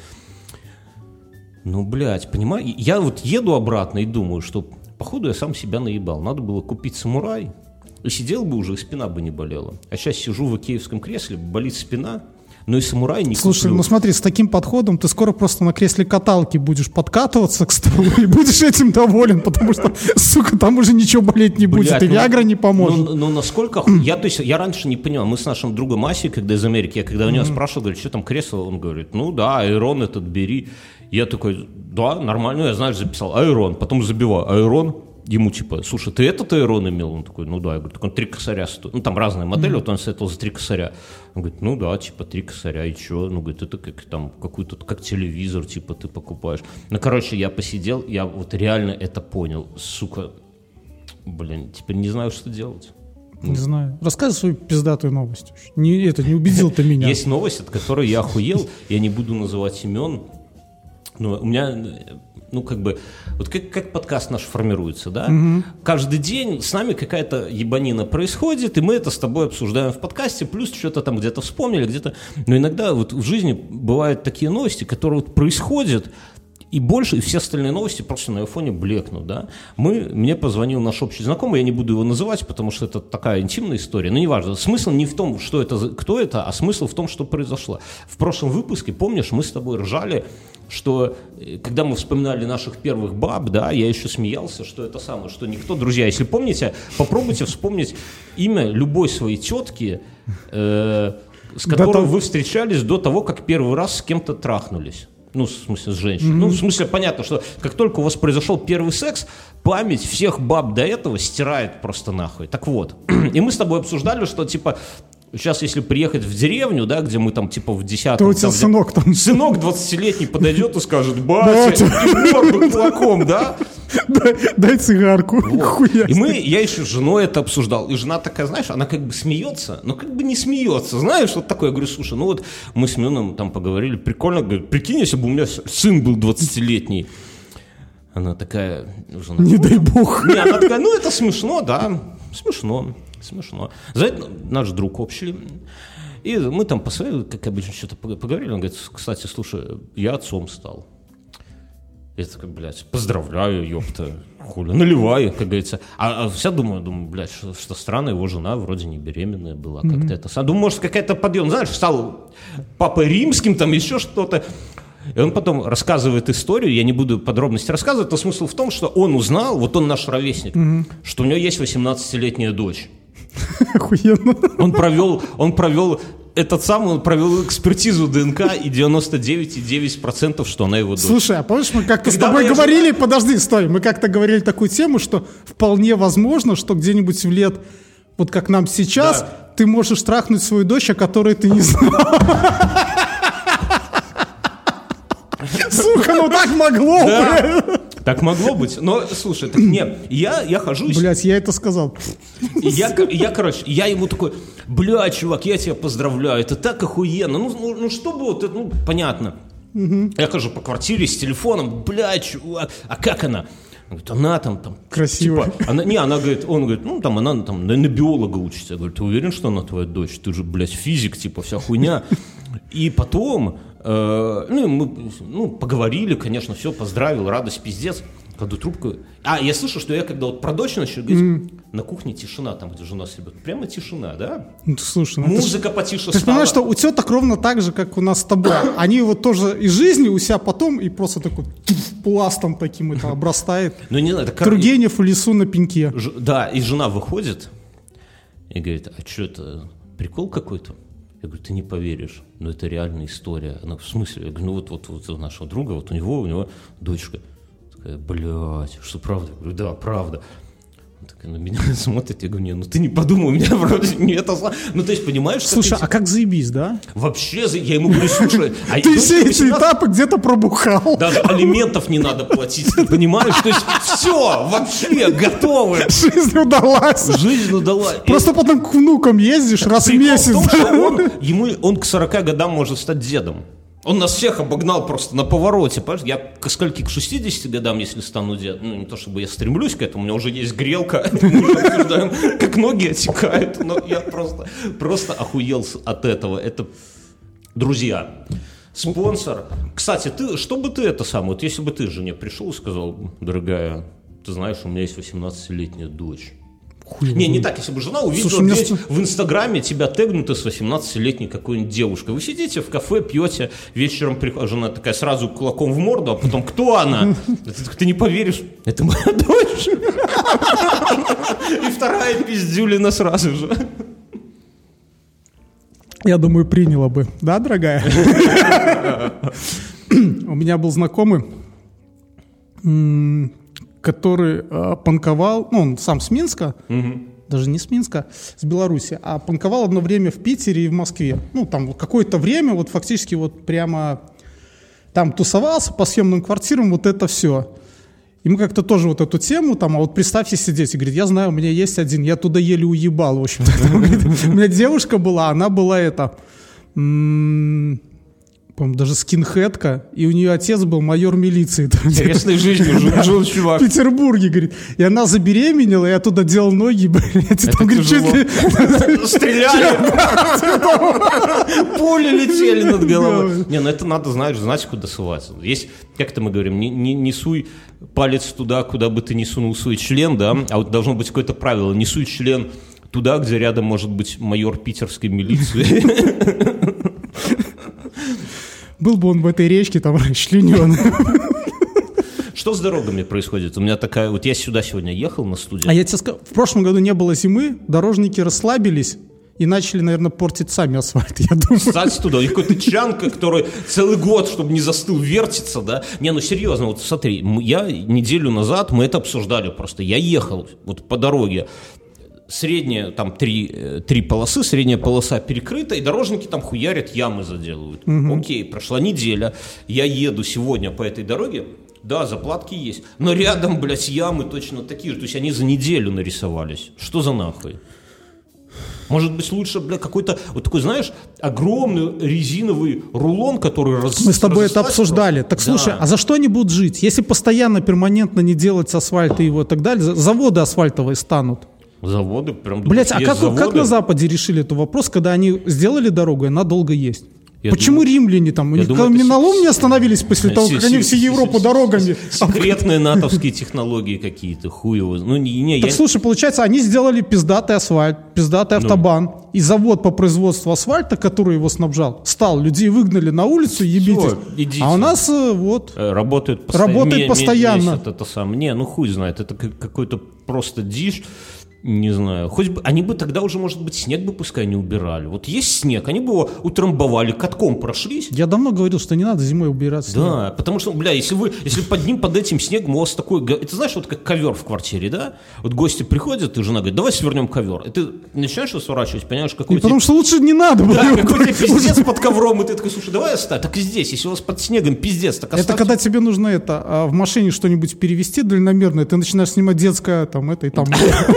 Ну, блядь, понимаешь, я вот еду обратно и думаю, что, походу, я сам себя наебал, надо было купить самурай, и сидел бы уже, и спина бы не болела, а сейчас сижу в икеевском кресле, болит спина. Но и самурай не Слушай, куплю. Ну смотри, с таким подходом ты скоро просто на кресле каталки будешь подкатываться к столу и будешь этим доволен, потому что, сука, там уже ничего болеть не будет, и Виагра не поможет. Ну насколько... Я раньше не понимал, мы с нашим другом Асей, когда из Америки, когда у него спрашивал, говорит, что там кресло, он говорит, ну да, Айрон этот бери. Я такой, да, нормально, я, знаешь, записал Айрон, потом забиваю Айрон. Ему типа, слушай, ты этот Айрон имел? Он такой, ну да. Я говорю, так он 3 косаря стоит. Ну там разные модели, вот он советовал за 3 косаря. Он говорит, ну да, типа 3 косаря, и чё? Ну, говорит, это как там какой-то, как телевизор, типа ты покупаешь. Ну, короче, я посидел, я вот реально это понял. Сука, блин, теперь не знаю, что делать. Не знаю. Рассказывай свою пиздатую новость. Не убедил ты меня. Есть новость, от которой я охуел, я не буду называть имен. Но у меня... Ну, как бы, вот как подкаст наш формируется, да? Каждый день с нами какая-то ебанина происходит, и мы это с тобой обсуждаем в подкасте, плюс что-то там где-то вспомнили, где-то... Но иногда вот в жизни бывают такие новости, которые вот происходят, и все остальные новости просто на ее фоне блекнут, да? Мне позвонил наш общий знакомый, я не буду его называть, потому что это такая интимная история, но неважно. Смысл не в том, кто это, а смысл в том, что произошло. В прошлом выпуске, помнишь, мы с тобой ржали, что когда мы вспоминали наших первых баб, да, я еще смеялся, что это самое, что никто, друзья, если помните, попробуйте вспомнить имя любой своей тетки, с которой вы встречались до того, как первый раз с кем-то трахнулись. Ну, в смысле, с женщиной. Ну, в смысле, понятно, что как только у вас произошел первый секс, память всех баб до этого стирает просто нахуй. Так вот, и мы с тобой обсуждали, что, типа, сейчас, если приехать в деревню, да, где мы там, типа, в 10-м... То у тебя сынок там... Сынок 20-летний подойдет и скажет, батя, и в морду кулаком, да? Дай цигарку. Вот. И я еще с женой это обсуждал. И жена такая, знаешь, она как бы смеется, но как бы не смеется. Знаешь, вот такое. Я говорю, слушай, ну вот мы с Мионом там поговорили, прикольно. Говорит, прикинь, если бы у меня сын был 20-летний. Она такая... Жена, не дай бог. Не, она такая, ну это смешно, да, смешно. За это наш друг общий. И мы там посмотрели, как обычно, что-то поговорили. Он говорит, кстати, слушай, я отцом стал. Я такой, блядь, поздравляю, ёпта, хули, наливай, как говорится. А вся думаю, блядь, что странно, его жена вроде не беременная была, как-то это. Думаю, может, какая-то подъем, знаешь, стал папой римским, там еще что-то. И он потом рассказывает историю, я не буду подробности рассказывать, но смысл в том, что он узнал, вот он наш ровесник, что у него есть 18-летняя дочь. Охуенно. Он провел экспертизу ДНК, и 99,9%, что она его дочь. Слушай, а помнишь, мы как-то с тобой говорили, подожди, стой, мы как-то говорили такую тему, что вполне возможно, что где-нибудь в лет, вот как нам сейчас, ты можешь трахнуть свою дочь, о которой ты не знал. Сука, ну так могло бы. Так могло быть, но, слушай, так нет, я хожу... Блядь, я это сказал. Короче, я ему такой, блядь, чувак, я тебя поздравляю, это так охуенно, ну что было, ну, понятно. Я хожу по квартире с телефоном, блядь, чувак, а как она? Он говорит, она там красивая. Типа, он говорит, ну, там, она там на биолога учится. Я говорю, ты уверен, что она твоя дочь? Ты же, блядь, физик, типа, вся хуйня. И потом... мы поговорили, конечно, все, поздравил, радость, пиздец. Кладу трубку. Я слышу, что я когда вот про дочь начал говорить, на кухне тишина, там, где жена с ребенком. Прямо тишина, да? Ну, слушай, музыка потише стала. Ты понимаешь, что у теток ровно так же, как у нас с тобой. Они вот тоже из жизни у себя потом и просто такой пластом таким это обрастает. Ну, не знаю, Тургенев в лесу на пеньке. Да, и жена выходит и говорит, а что это, прикол какой-то? Я говорю, ты не поверишь, но это реальная история. Она, в смысле? Я говорю, ну вот у нашего друга, вот у него дочка. Такая, блядь, что правда? Я говорю, да, правда. Так на меня смотрит, я говорю, не, ну ты не подумай, у меня вроде не это... Ну, то есть, понимаешь... Слушай, а как заебись, да? Вообще, я ему говорю, слушай... Ты все эти этапы где-то пробухал. Даже алиментов не надо платить, ты понимаешь? То есть, все, вообще, готовы. Жизнь удалась. Жизнь удалась. Просто потом к внукам ездишь раз в месяц. Он к 40 годам может стать дедом. Он нас всех обогнал просто на повороте, понимаешь? Я к 60 годам, если стану дедом, ну, не то чтобы я стремлюсь к этому, у меня уже есть грелка, мы уже обсуждаем, как ноги отекают, но я просто охуел от этого. Это, друзья, спонсор. Кстати, что бы ты это самое, вот если бы ты жене пришел и сказал, дорогая, ты знаешь, у меня есть 18-летняя дочь. Не так, если бы жена увидела, слушай, в Инстаграме тебя тегнуты с 18-летней какой-нибудь девушкой. Вы сидите в кафе, пьете, вечером приходит жена такая сразу кулаком в морду, а потом кто она? Ты не поверишь, это моя дочь. И вторая пиздюлина сразу же. Я думаю, приняла бы. Да, дорогая? У меня был знакомый, который панковал, ну, он сам с Минска, даже не с Минска, с Беларуси, а панковал одно время в Питере и в Москве. Ну, там какое-то время вот фактически вот прямо там тусовался по съемным квартирам, вот это все. И мы как-то тоже вот эту тему, там, а вот представьте сидеть, и говорит, я знаю, у меня есть один, я туда еле уебал, в общем-то. У меня девушка была, она была по-моему, даже скинхедка, и у нее отец был майор милиции. Интересной жизнью жил чувак. В Петербурге, говорит. И она забеременела, я туда делал ноги, блядь. Это там, говорит, чуть ли... Стреляли. Пули летели над головой. Не, ну это надо, знать, куда ссылаться. Есть, как это мы говорим, не суй палец туда, куда бы ты не сунул свой член, да, а вот должно быть какое-то правило. Не суй член туда, где рядом может быть майор питерской милиции. Был бы он в этой речке, там, расчленен. Что с дорогами происходит? У меня такая... Вот я сюда сегодня ехал на студию. А я тебе скажу, в прошлом году не было зимы, дорожники расслабились и начали, наверное, портить сами асфальт, я думаю. Кстати, туда. У них какой-то чанка, который целый год, чтобы не застыл, вертится, да? Не, ну серьезно, вот смотри, я неделю назад, мы это обсуждали просто. Я ехал вот по дороге. Средняя, там три полосы, средняя полоса перекрыта, и дорожники там хуярят, ямы заделывают. Окей, прошла неделя, я еду сегодня по этой дороге, да, заплатки есть, но рядом, блядь, ямы точно такие же, то есть они за неделю нарисовались. Что за нахуй? Может быть, лучше, бля, какой-то, вот такой, знаешь, огромный резиновый рулон, который Мы с тобой это обсуждали. Так слушай, а за что они будут жить? Если постоянно, перманентно не делать асфальт и его и так далее, заводы асфальтовые станут. Заводы прям... Блять, а как на Западе решили этот вопрос, когда они сделали дорогу, и она долго есть? Почему римляне там, каменолом не остановились после того, как они всю Европу дорогами... Секретные натовские технологии какие-то, хуево. Так слушай, получается, они сделали пиздатый асфальт, пиздатый автобан, и завод по производству асфальта, который его снабжал, стал, людей выгнали на улицу, ебитесь. А у нас вот... Работает постоянно. Это самое. Не, ну хуй знает, это какой-то просто дичь. Не знаю, хоть бы они бы тогда уже, может быть, снег бы пускай не убирали. Вот есть снег, они бы его утрамбовали, катком прошлись. Я давно говорил, что не надо зимой убирать снег. Да, потому что, бля, если под этим снегом у вас такой... Это знаешь, вот как ковер в квартире, да? Вот гости приходят, и жена говорит, давай свернем ковер. И ты начинаешь его сворачивать, понимаешь, какой тебе... Потому что лучше не надо было. Да, какой тебе пиздец под ковром, и ты такой, слушай, давай оставь. Так и здесь, если у вас под снегом пиздец, так оставьте. Это когда тебе нужно в машине что-нибудь перевести дальномерное, ты начинаешь снимать детское, там, это и там...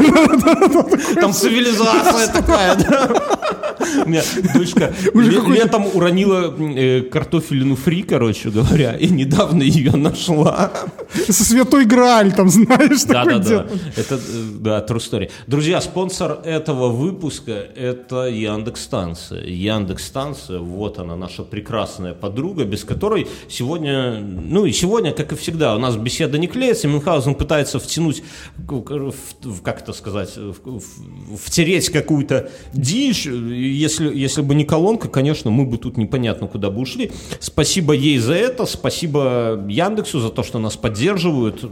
Там цивилизация такая, да? У меня дочка летом уронила картофелину фри, короче говоря, и недавно ее нашла. Со Святой Грааль, там, знаешь, такое дело. Это, да, true story. Друзья, спонсор этого выпуска – это Яндекс.Станция. Яндекс.Станция, вот она, наша прекрасная подруга, без которой сегодня, как и всегда, у нас беседа не клеится, Мюнхгаузен пытается втянуть, как это сказать, втереть какую-то дичь. Если бы не колонка, конечно, мы бы тут непонятно куда бы ушли. Спасибо ей за это, спасибо Яндексу за то, что нас поддерживают.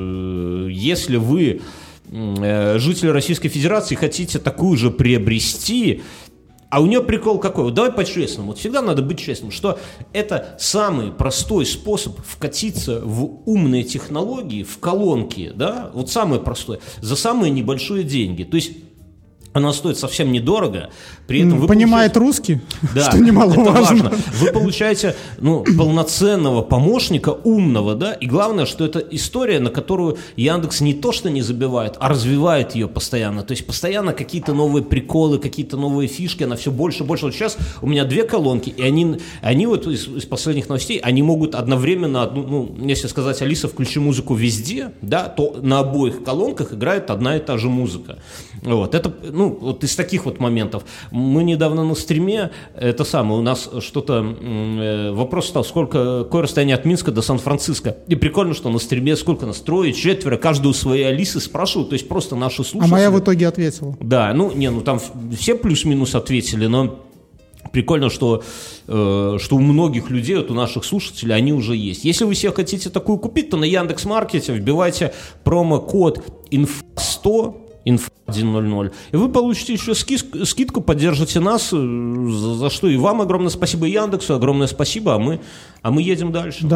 Если вы, жители Российской Федерации, хотите такую же приобрести, А у нее прикол какой? Вот давай по-честному. Вот всегда надо быть честным, что это самый простой способ вкатиться в умные технологии, в колонки, да, вот самый простой, за самые небольшие деньги. То есть она стоит совсем недорого, при этом вы понимает русский, да, что немаловажно. Вы получаете полноценного помощника, умного, да, и главное, что это история, на которую Яндекс не то что не забивает, а развивает ее постоянно. То есть постоянно какие-то новые приколы, какие-то новые фишки, она все больше и больше. Вот сейчас у меня 2 колонки, и они вот из последних новостей, они могут одновременно, если сказать, Алиса, включи музыку везде, да, то на обоих колонках играет одна и та же музыка. Вот, это, вот из таких вот моментов. Мы недавно на стриме, это самое, у нас что-то, вопрос стал, какое расстояние от Минска до Сан-Франциско. И прикольно, что на стриме сколько нас, 3, 4, каждую своей Алисы спрашивают, то есть просто наши слушатели. А моя в итоге ответила. Да, там все плюс-минус ответили, но прикольно, что у многих людей, вот у наших слушателей, они уже есть. Если вы себе хотите такую купить, то на Яндекс.Маркете вбивайте промокод INF100, INF100, и вы получите еще скидку, поддержите нас, за что и вам огромное спасибо, и Яндексу огромное спасибо, а мы едем дальше.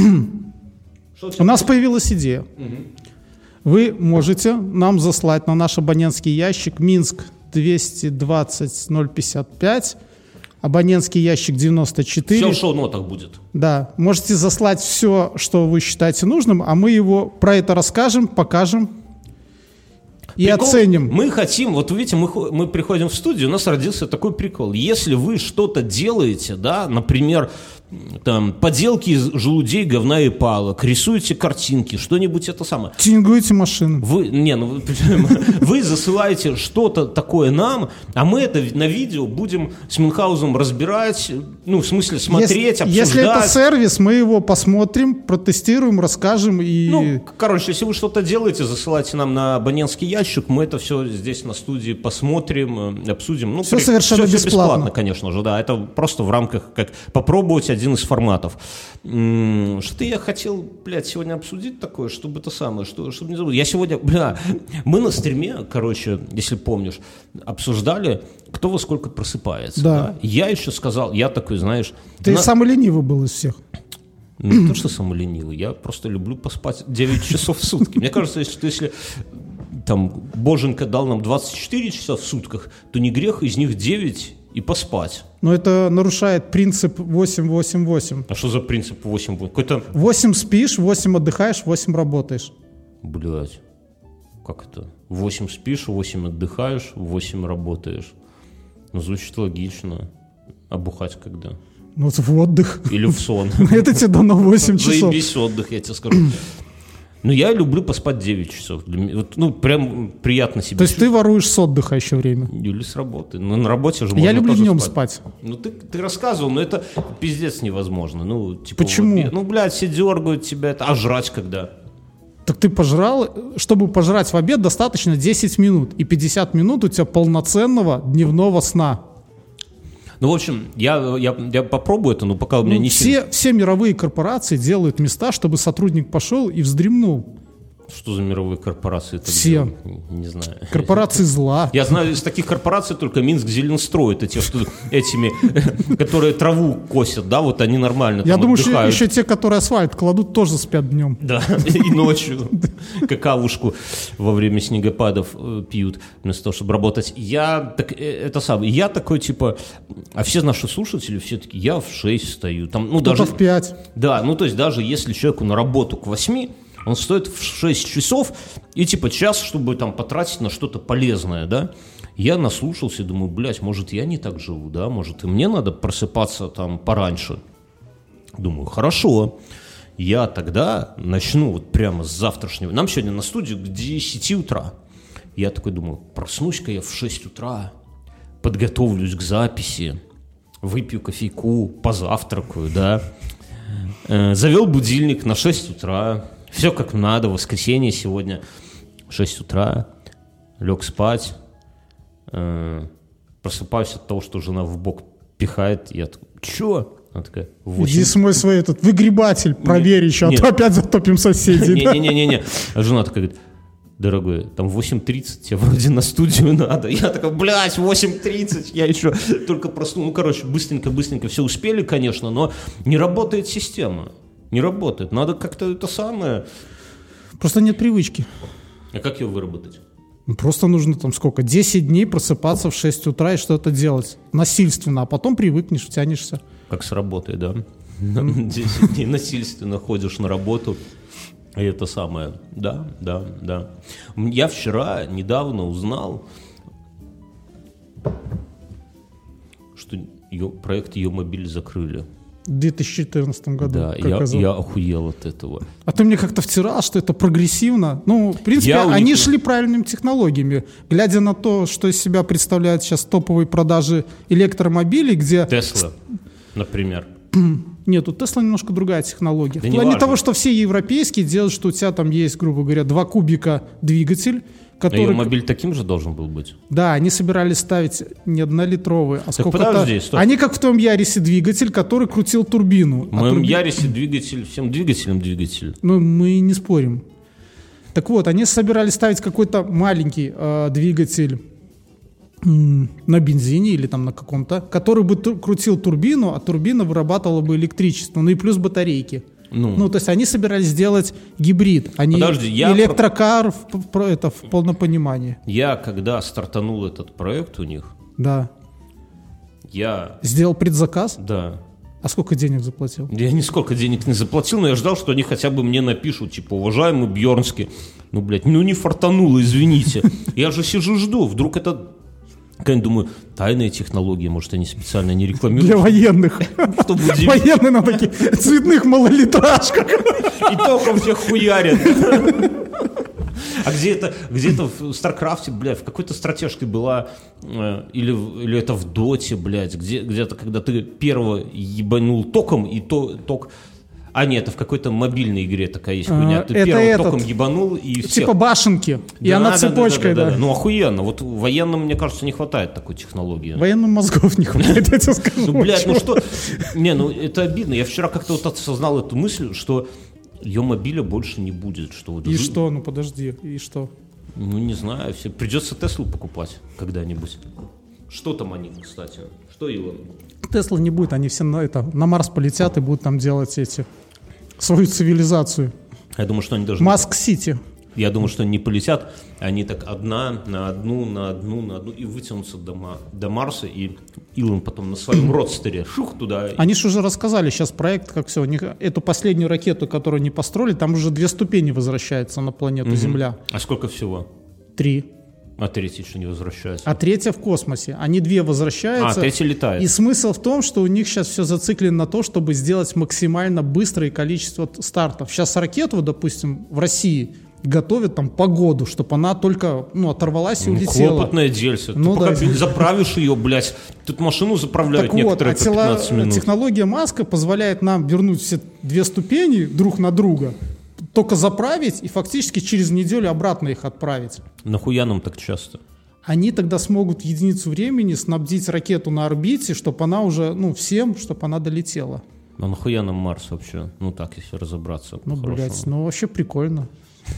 У нас появилась идея. Вы можете нам заслать на наш абонентский ящик Минск 220 055, абонентский ящик 94. Все в шоу-нотах будет. Да, можете заслать все, что вы считаете нужным, а мы его про это расскажем, покажем. И прикол, оценим. Мы хотим, вот видите, мы приходим в студию, у нас родился такой прикол. Если вы что-то делаете, да, например, там, поделки из желудей, говна и палок, рисуете картинки, что-нибудь это самое. Тюнингуете машину. Вы засылаете что-то такое нам, а мы это на видео будем с Мюнхгаузеном разбирать, в смысле смотреть, обсуждать. Если это сервис, мы его посмотрим, протестируем, расскажем и... Если вы что-то делаете, засылайте нам на абонентский ящик, мы это все здесь на студии посмотрим, обсудим. Все совершенно бесплатно, конечно же, да. Это просто в рамках, как попробовать один из форматов. Что-то я хотел, сегодня обсудить такое, чтобы это самое, чтобы не забыть. Я сегодня, мы на стриме, если помнишь, обсуждали, кто во сколько просыпается. Да. Я еще сказал, я такой, знаешь... Ты самый ленивый был из всех. Не то, что самый ленивый, я просто люблю поспать 9 часов в сутки. Мне кажется, что если там Боженька дал нам 24 часа в сутках, то не грех из них 9 и поспать. Но это нарушает принцип 8-8-8. А что за принцип 8-8? Какой-то... 8 спишь, 8 отдыхаешь, 8 работаешь. Блядь, как это? 8 спишь, 8 отдыхаешь, 8 работаешь. Звучит логично. А бухать когда? В отдых. Или в сон. Это тебе дано 8 часов. Заебись отдых, я тебе скажу. Я люблю поспать 9 часов. Прям приятно себе. То есть ты воруешь с отдыха еще время? Или с работы. На работе же можно. Я люблю днем спать. Ты рассказывал, но это пиздец невозможно. Почему? Все дергают тебя. А жрать когда? Так ты пожрал, чтобы пожрать в обед, достаточно 10 минут. И 50 минут у тебя полноценного дневного сна. В общем, я попробую это, но пока у меня не сильно. Все мировые корпорации делают места, чтобы сотрудник пошел и вздремнул. Что за мировые корпорации? Все. Не знаю. Корпорации зла. Я знаю из таких корпораций только Минск-Зеленстрой. Это те, что которые траву косят, да, вот они нормально Я думаю, что еще те, которые асфальт кладут, тоже спят днем. Да, и ночью какавушку во время снегопадов пьют, вместо того, чтобы работать. Я такой, а все наши слушатели, все такие, я в 6 встаю. Даже в 5. Да, то есть даже если человеку на работу к 8, он стоит в 6 часов и час, чтобы потратить на что-то полезное, да. Я наслушался и думаю, может, я не так живу, да, может, и мне надо просыпаться пораньше. Думаю, хорошо, я тогда начну прямо с завтрашнего. Нам сегодня на студию к 10 утра. Я такой думаю, проснусь-ка я в 6 утра, подготовлюсь к записи, выпью кофейку, позавтракаю, да. Завел будильник на 6 утра. Все как надо, воскресенье сегодня, 6 утра, лег спать, просыпаюсь от того, что жена в бок пихает, я такой, чё? Она такая, 8. Иди смой свой выгребатель, проверь еще, а то опять затопим соседей. Не-не-не, а жена такая говорит, дорогой, там 8:30 тебе вроде на студию надо. Я такой, блядь, 8:30, я еще только проснулся. Ну, короче, быстренько все успели, конечно, но не работает система. Не работает. Надо как-то это самое... Просто нет привычки. А как ее выработать? Просто нужно там сколько? 10 дней просыпаться в 6 утра и что-то делать. Насильственно, а потом привыкнешь, втянешься. Как с работой, да? 10 дней насильственно ходишь на работу. И это самое. Да. Я вчера недавно узнал, что проект «Е-мобиль» закрыли. В 2014 году. Да, я охуел от этого. А ты мне как-то втирал, что это прогрессивно. Ну, в принципе, они шли правильными технологиями. Глядя на то, что из себя представляют сейчас топовые продажи электромобилей, где... Тесла, например. Нет, у Тесла немножко другая технология. Да в плане того, что все европейские делают, что у тебя там есть, грубо говоря, 2 кубика двигатель, который... А Е-мобиль таким же должен был быть? Да, они собирались ставить не 1-литровый, а сколько-то... Подожди, стоп. Они как в твоем Ярисе двигатель, который крутил турбину. В моем Ярисе двигатель, всем двигателем двигатель. Ну, мы не спорим. Так вот, они собирались ставить какой-то маленький двигатель на бензине или там на каком-то, который бы крутил турбину, а турбина вырабатывала бы электричество, ну и плюс батарейки. Ну, то есть они собирались сделать гибрид, а не электрокар в полном понимании. Я, когда стартанул этот проект у них, да. Я... Сделал предзаказ? Да. А сколько денег заплатил? Я нисколько денег не заплатил, но я ждал, что они хотя бы мне напишут, типа, уважаемый Бьернский, ну, блядь, ну не фартануло, извините. Я же сижу, жду, вдруг это... Я думаю, тайные технологии, может, они специально не рекламируют. Для военных. Военные на таких цветных малолитражках. И током всех хуярят. А где-то в Старкрафте, блядь, в какой-то стратежке была, или это в Доте, блядь, где-то, когда ты первого ебанул током, и ток... А нет, это в какой-то мобильной игре такая есть хуйня. Ты первым током ебанул и все. Типа башенки. И она цепочкой, да. Ну охуенно. Вот военным, мне кажется, не хватает такой технологии. Военным мозгов не хватает, я тебе скажу. Ну, блядь, ну что... Не, ну это обидно. Я вчера как-то вот осознал эту мысль, что Е-мобиля больше не будет. И что? Ну подожди, и что? Ну не знаю, придется Теслу покупать когда-нибудь. Что там они, кстати? Что Илон? Тесла не будет, они все на Марс полетят и будут там делать свою цивилизацию. Я думаю, что они даже... Маск-Сити. Я думаю, что они не полетят, они так одна на одну и вытянутся до Марса, и Илон потом на своем родстере шух туда. Они же уже рассказали сейчас проект, как все, у них эту последнюю ракету, которую они построили, там уже 2 ступени возвращается на планету Земля. А сколько всего? 3. А 3-я еще не возвращается. А 3-я в космосе. Они 2 возвращаются. А 3-я летает. И смысл в том, что у них сейчас все зациклено на то, чтобы сделать максимально быстрое количество стартов. Сейчас ракету, допустим, в России готовят там погоду, чтобы она только оторвалась и улетела. Хлопотное дельце. Ты пока заправишь ее, блядь, тут машину заправляют некоторые по 15 минут. Технология Маска позволяет нам вернуть все 2 ступени друг на друга, только заправить и фактически через неделю обратно их отправить. Нахуя нам так часто? Они тогда смогут в единицу времени снабдить ракету на орбите, чтобы она уже, всем, чтобы она долетела. А нахуя нам Марс вообще? Ну так, если разобраться. Блядь, вообще прикольно.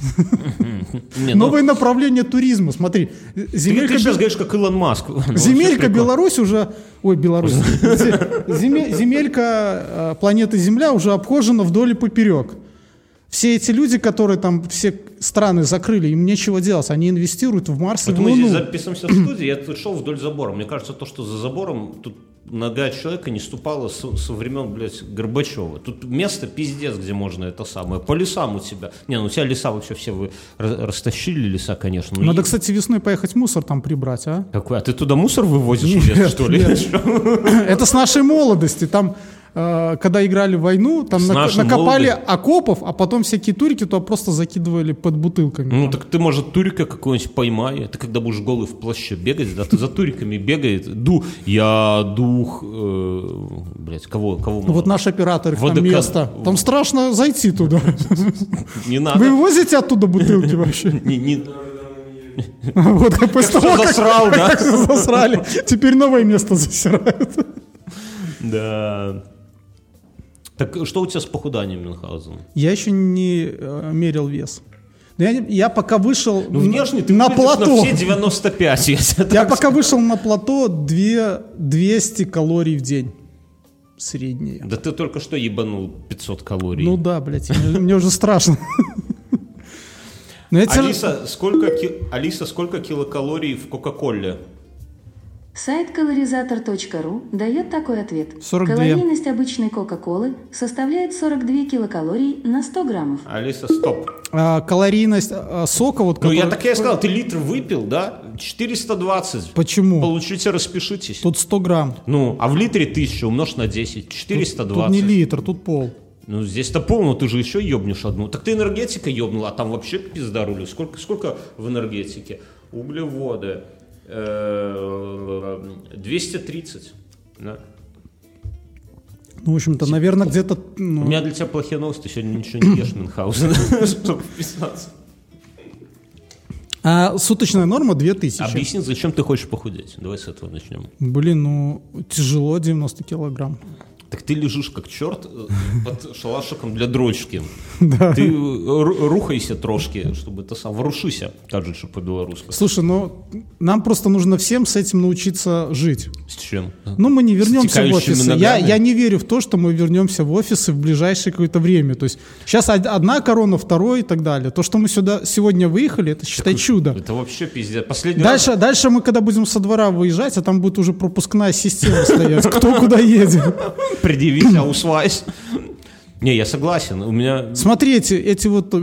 Новое направление туризма, смотри. Ты сейчас говоришь, как Илон Маск. Земелька Беларусь уже... Ой, Беларусь. Земелька планеты Земля уже обхожена вдоль и поперек. Все эти люди, которые там все страны закрыли, им нечего делать, они инвестируют в Марс и в Луну. Мы здесь записываемся в студии, я тут шел вдоль забора. Мне кажется, то, что за забором тут нога человека не ступала со времен, блядь, Горбачева. Тут место пиздец, где можно это самое. По лесам у тебя. У тебя леса вообще все вы растащили, леса, конечно. Надо, кстати, весной поехать мусор там прибрать, а? Какой? А ты туда мусор вывозишь, что ли? Это с нашей молодости. Там... Когда играли в войну, там накопали окопов, а потом всякие турики туда просто закидывали под бутылками. Ну так ты, может, турика какого-нибудь поймай. Ты когда будешь голый в плаще бегать, да, ты за туриками бегает. Блять, кого можно? Вот наш оператор, там место. Там страшно зайти туда. Не надо. Вы возите оттуда бутылки вообще? Вот после того, как засрали, теперь новое место засирают. Да. Так что у тебя с похуданием, Мюнхгаузен? Я еще не мерил вес. Я пока вышел внешне ты на плато. На все 95. Я пока вышел на плато 200 калорий в день. Средние. Да ты только что ебанул 500 калорий. Ну да, блядь, мне уже страшно. Алиса, сколько килокалорий в Кока-Коле? Сайт колоризатор.ру дает такой ответ. 42. Калорийность обычной Кока-Колы составляет 42 килокалорий на 100 граммов. Алиса, стоп. Калорийность сока... Вот, я так и сказал, ты литр выпил, да? 420. Почему? Получите, распишитесь. Тут 100 грамм. А в литре 1000 умножь на 10. 420. Тут не литр, тут пол. Здесь-то полно, ты же еще ебнешь одну. Так ты энергетикой ебнул, а там вообще пизда рулю. Сколько в энергетике? Углеводы. 230. Да. В общем-то, наверное, где-то... У меня для тебя плохие новости. Ты сегодня ничего не ешь, Мюнхгаузен, чтобы вписаться. А суточная норма 2000. Объясни, зачем ты хочешь похудеть? Давай с этого начнем. Блин, тяжело 90 килограмм. Так ты лежишь как черт под шалашиком для дрочки. Да. Ты рухайся трошки, чтобы ты сам ворушися, кажется, по-белорусски. Слушай, нам просто нужно всем с этим научиться жить. С чем? Мы не вернемся в офисы. Ногами? Я не верю в то, что мы вернемся в офисы в ближайшее какое-то время. То есть сейчас одна корона, второй и так далее. То, что мы сюда сегодня выехали, это, считай, чудо. Это вообще пиздец. Дальше мы, когда будем со двора выезжать, а там будет уже пропускная система стоять. Кто куда едет. Предъявить аусвайс. Не, я согласен. У меня... Смотрите, эти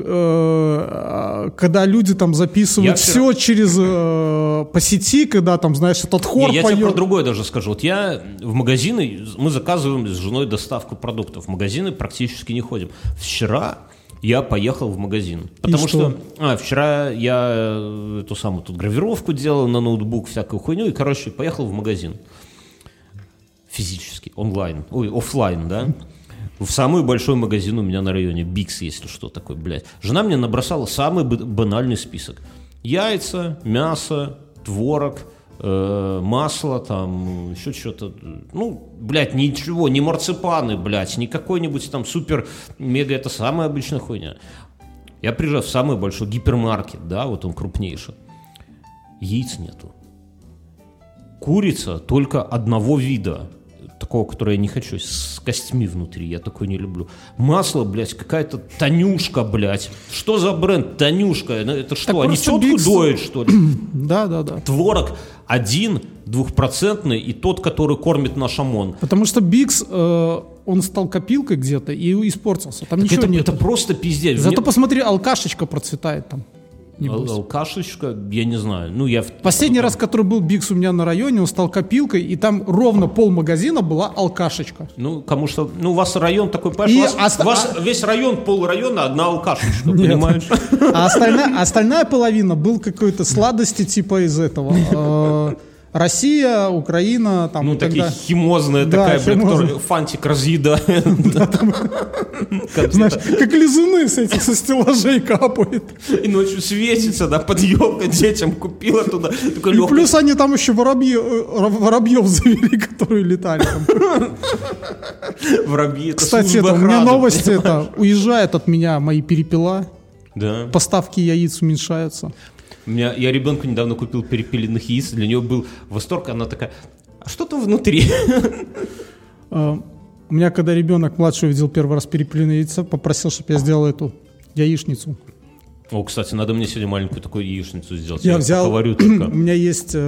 когда люди там записывают все через по сети, когда там, знаешь, этот хор я поет. тебе про другое даже скажу. Вот я в магазины, мы заказываем с женой доставку продуктов. В магазины практически не ходим. Вчера я поехал в магазин. Потому что вчера я эту самую тут гравировку делал на ноутбук, всякую хуйню, и, поехал в магазин. Физически, офлайн, да? В самый большой магазин у меня на районе, Бикс, если что такое, блядь. Жена мне набросала самый банальный список. Яйца, мясо, творог, масло, там, еще что-то. Ничего, не марципаны, блядь, не какой-нибудь там супер-мега, это самая обычная хуйня. Я приезжаю в самый большой гипермаркет, да, вот он крупнейший. Яиц нету. Курица только одного вида. Такого, которое я не хочу, с костьми внутри, я такой не люблю. Масло, блядь, какая-то Танюшка, блядь. Что за бренд Танюшка? Это что, они тетку доят, что ли? Да. Творог 2% и тот, который кормит наш ОМОН. Потому что Бикс, он стал копилкой где-то и испортился. Там ничего нет. Это просто пиздец. Зато посмотри, алкашечка процветает там. Алкашечка, я не знаю. Последний раз, который был Бикс у меня на районе, он стал копилкой, и там ровно полмагазина была алкашечка. Кому что... у вас район такой, понимаешь, у вас весь район, полрайона, одна алкашечка, понимаешь? А остальная половина был какой-то сладости типа из этого... Россия, Украина, там... такие химозные, такая, блядь, которая фантик разъедает. Знаешь, как лизуны со стеллажей капают. И ночью светится, да, под елкой детям купила туда. И плюс они там еще воробьев завели, которые летали там. Воробьи, это кстати, у меня новости, уезжают от меня мои перепела. Да. Поставки яиц уменьшаются. Я ребенку недавно купил перепелиных яиц, для нее был восторг, она такая, а что там внутри? У меня, когда ребенок младший увидел первый раз перепелиные яйца, попросил, чтобы я сделал эту яичницу. О, кстати, надо мне сегодня маленькую такую яичницу сделать. Я взял, поварю только. У меня есть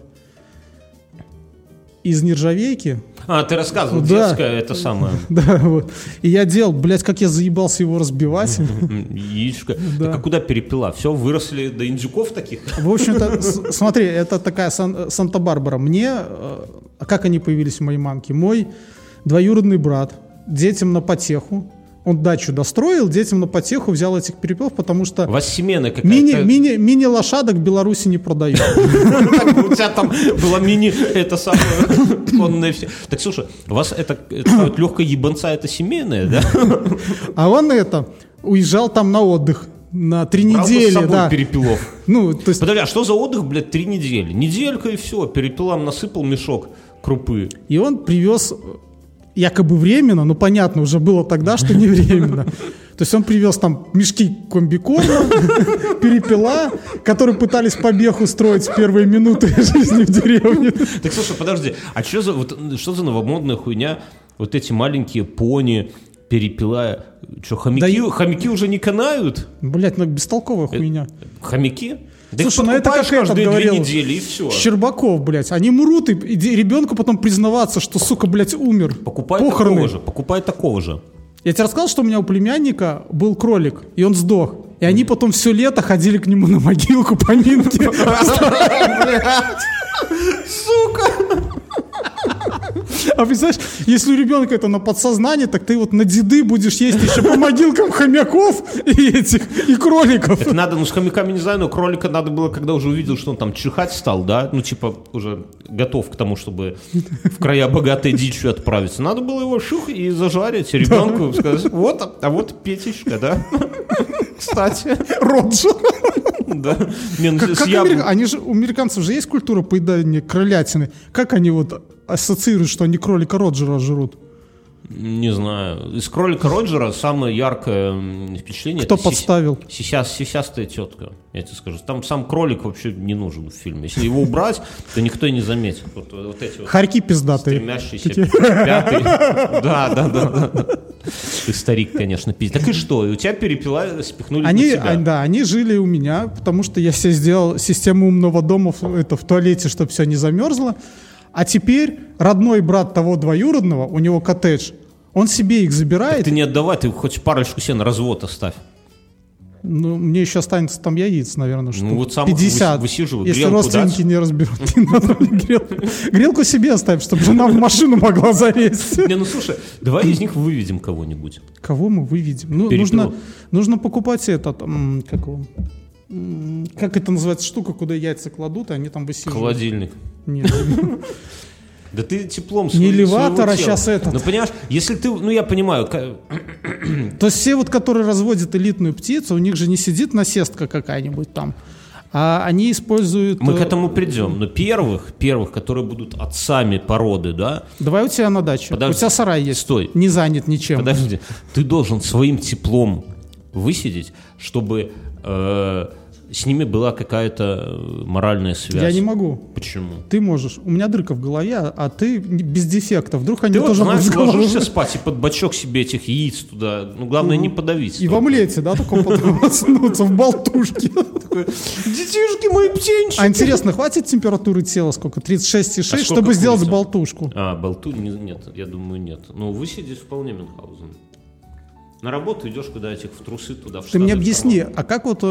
из нержавейки. Ты рассказывал, детская, это самое. Да, вот. И я делал, блядь, как я заебался его разбивать. Яичко. Так а куда перепела? Все, выросли до индюков таких? В общем-то, смотри, это такая Санта-Барбара. Как они появились у моей мамки? Мой двоюродный брат детям на потеху, он дачу достроил, детям на потеху взял этих перепелов, потому что... У вас семейная какая-то... Мини-лошадок в Беларуси не продают. У тебя там была это самое конное все. Так, слушай, у вас это легкая ебанца, это семейная, да? А он уезжал там на отдых. На 3 недели, с собой перепелов. Подожди, а что за отдых, блядь, 3 недели? Неделька и все, перепелам насыпал мешок крупы. И он привез... Якобы временно, но понятно, уже было тогда, что не временно. То То есть он привез там мешки комбикорма, перепела, которые пытались побег устроить в первые минуты жизни в деревне. Так слушай, подожди, а что за новомодная хуйня? Вот эти маленькие пони, перепела, что, хомяки уже не канают? Блять, ну бестолковая хуйня. Хомяки? Да слушай, ну это как этот говорил, 2 недели, и все. Щербаков, блядь, они мрут, и ребенку потом признаваться, что, сука, блядь, умер. Покупай такого же. Я тебе рассказал, что у меня у племянника был кролик, и он сдох. И они потом все лето ходили к нему на могилку, поминки. Сука! А представляешь, если у ребенка это на подсознание, так ты вот на деды будешь есть еще по могилкам хомяков и кроликов. Это надо, ну с хомяками не знаю, но кролика надо было, когда уже увидел, что он там чихать стал, да, ну типа уже готов к тому, чтобы в края богатой дичью отправиться. Надо было его шух и зажарить ребенку, сказать, вот, а вот Петечка, да, кстати. Роджер. Да. Они же, у американцев же есть культура поедания кролятины. Как они вот ассоциируют, что они кролика Роджера жрут? Не знаю. Из кролика Роджера самое яркое впечатление... Кто подставил? Сисястая тетка, я тебе скажу. Там сам кролик вообще не нужен в фильме. Если его убрать, то никто и не заметит. Вот эти вот хорьки пиздатые. Стремящиеся пятые. Да. Ты старик, конечно, пиздец. Так и что? И у тебя перепела спихнули на тебя? Да, они жили у меня, потому что я себе сделал систему умного дома в туалете, чтобы все не замерзло. А теперь родной брат того двоюродного, у него коттедж, он себе их забирает. Так ты не отдавай, ты хоть парочку себе на развод оставь. Ну, мне еще останется там яиц, наверное, штук вот сам 50. Высиживай, если родственники не разберут. Грелку себе оставь, чтобы жена в машину могла залезть. Не, ну слушай, давай из них выведем кого-нибудь. Кого мы выведем? Ну, нужно покупать этот, как это называется, штука, куда яйца кладут, и они там высиживают. Холодильник. Нет. Да ты теплом не элеватор, а сейчас этот. Ну, понимаешь, если ты, ну, я понимаю. То есть все вот, которые разводят элитную птицу, у них же не сидит насестка какая-нибудь там, а они используют... Мы к этому придем, но первых, которые будут отцами породы, да? Давай у тебя на даче. Подожди. У тебя сарай есть. Стой. Не занят ничем. Подожди. Ты должен своим теплом высидеть, чтобы... с ними была какая-то моральная связь. Я не могу. Почему? Ты можешь. У меня дырка в голове, а ты без дефекта. Вдруг они ты тоже вот, знаешь, ложишься спать и под бочок себе этих яиц туда. Ну, главное, не подавить. И в омлете, да, таком проснуться в болтушке. Детишки мои птенчики. А интересно, хватит температуры тела сколько? 36,6, чтобы сделать болтушку? Болту? Нет, я думаю, нет. Ну, высидеть вполне Мюнхгаузен. На работу идешь, куда этих в трусы, туда в штаны. Ты мне объясни, а как вот...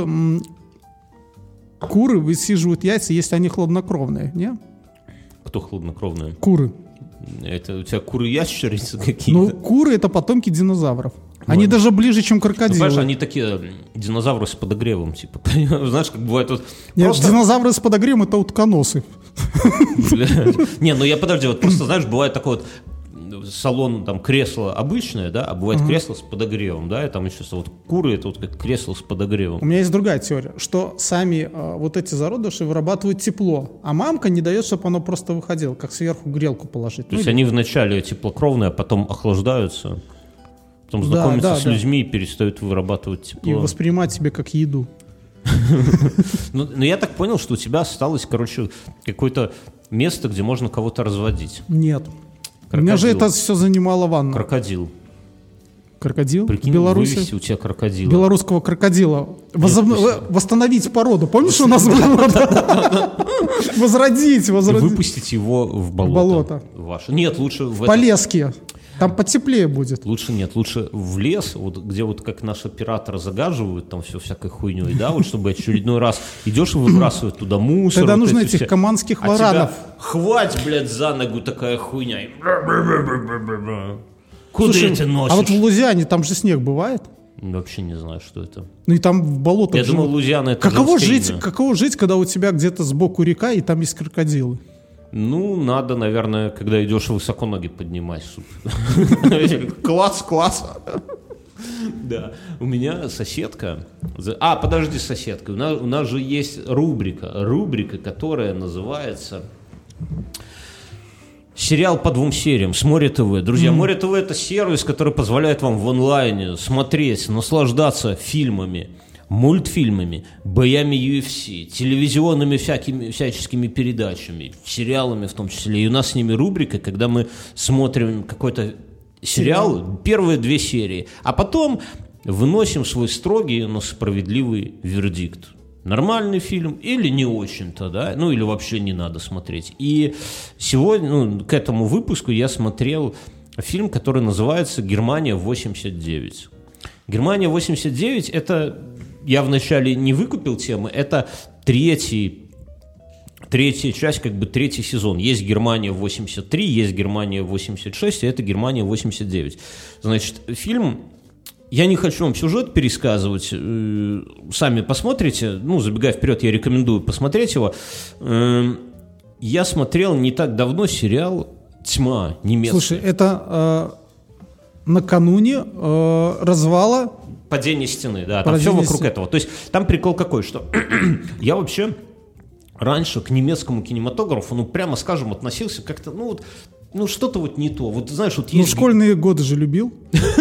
Куры высиживают яйца, если они хладнокровные, не? Кто хладнокровные? Куры. Это у тебя куры-ящерицы какие-то? Ну, куры — это потомки динозавров. Они даже ближе, чем крокодилы. Ну, понимаешь, они такие динозавры с подогревом, типа. Знаешь, как бывает вот... Нет, просто... динозавры с подогревом — это утконосы. Не, ну я подожди, вот просто, знаешь, бывает такой вот салон, там, кресло обычное, да, а бывает кресло с подогревом, да, и там еще вот куры, это вот как кресло с подогревом. У меня есть другая теория, что сами вот эти зародыши вырабатывают тепло, а мамка не дает, чтобы оно просто выходило, как сверху грелку положить. То есть они вначале теплокровные, а потом охлаждаются, потом знакомятся с людьми и перестают вырабатывать тепло. И воспринимать себя как еду. Ну, я так понял, что у тебя осталось, короче, какое-то место, где можно кого-то разводить. Нет. Крокодил. У меня же это все занимало ванну. Крокодил. Крокодил? Прикинь, в Беларуси? вывести у тебя крокодила. Белорусского крокодила. Восстановить породу. Помнишь, у нас было? Возродить. Выпустить его в болото. Ваше. Нет, лучше в Полесье. Там потеплее будет. Лучше нет, лучше в лес, вот где вот как наши операторы загаживают там все всякой хуйней, да, вот чтобы очередной раз идешь и выбрасывают туда мусор. Тогда вот нужно этих каманских варанов. Хвать, блядь, за ногу такая хуйня. Куда ты носишь? А вот в Лузиане там же снег бывает? Вообще не знаю, что это. Ну и там в болотах. Я думал, Лузиана это каково жить, когда у тебя где-то сбоку река и там есть крокодилы? Ну, надо, наверное, когда идешь высоко ноги поднимать. Класс. Да. У меня соседка... подожди, соседка. У нас же есть рубрика, которая называется Сериал по 2 сериям с Море ТВ. Друзья, Море ТВ — это сервис, который позволяет вам в онлайне смотреть, наслаждаться фильмами, мультфильмами, боями UFC, телевизионными всяческими передачами, сериалами в том числе. И у нас с ними рубрика, когда мы смотрим какой-то сериал, первые 2 серии, а потом выносим свой строгий, но справедливый вердикт. Нормальный фильм или не очень-то, да, ну или вообще не надо смотреть. И сегодня, к этому выпуску я смотрел фильм, который называется «Германия 89». «Германия 89» — это, я вначале не выкупил темы, это третья часть, как бы 3-й сезон. Есть «Германия 83», есть «Германия 86», и это «Германия 89». Значит, фильм... Я не хочу вам сюжет пересказывать, сами посмотрите, забегая вперед, я рекомендую посмотреть его. Я смотрел не так давно сериал «Тьма» немецкий. Слушай, это накануне развала... Падение стены, да, там все вокруг этого. То есть там прикол какой, что я вообще раньше к немецкому кинематографу, прямо скажем, относился как-то, что-то вот не то. Вот знаешь, вот есть... в школьные годы же любил.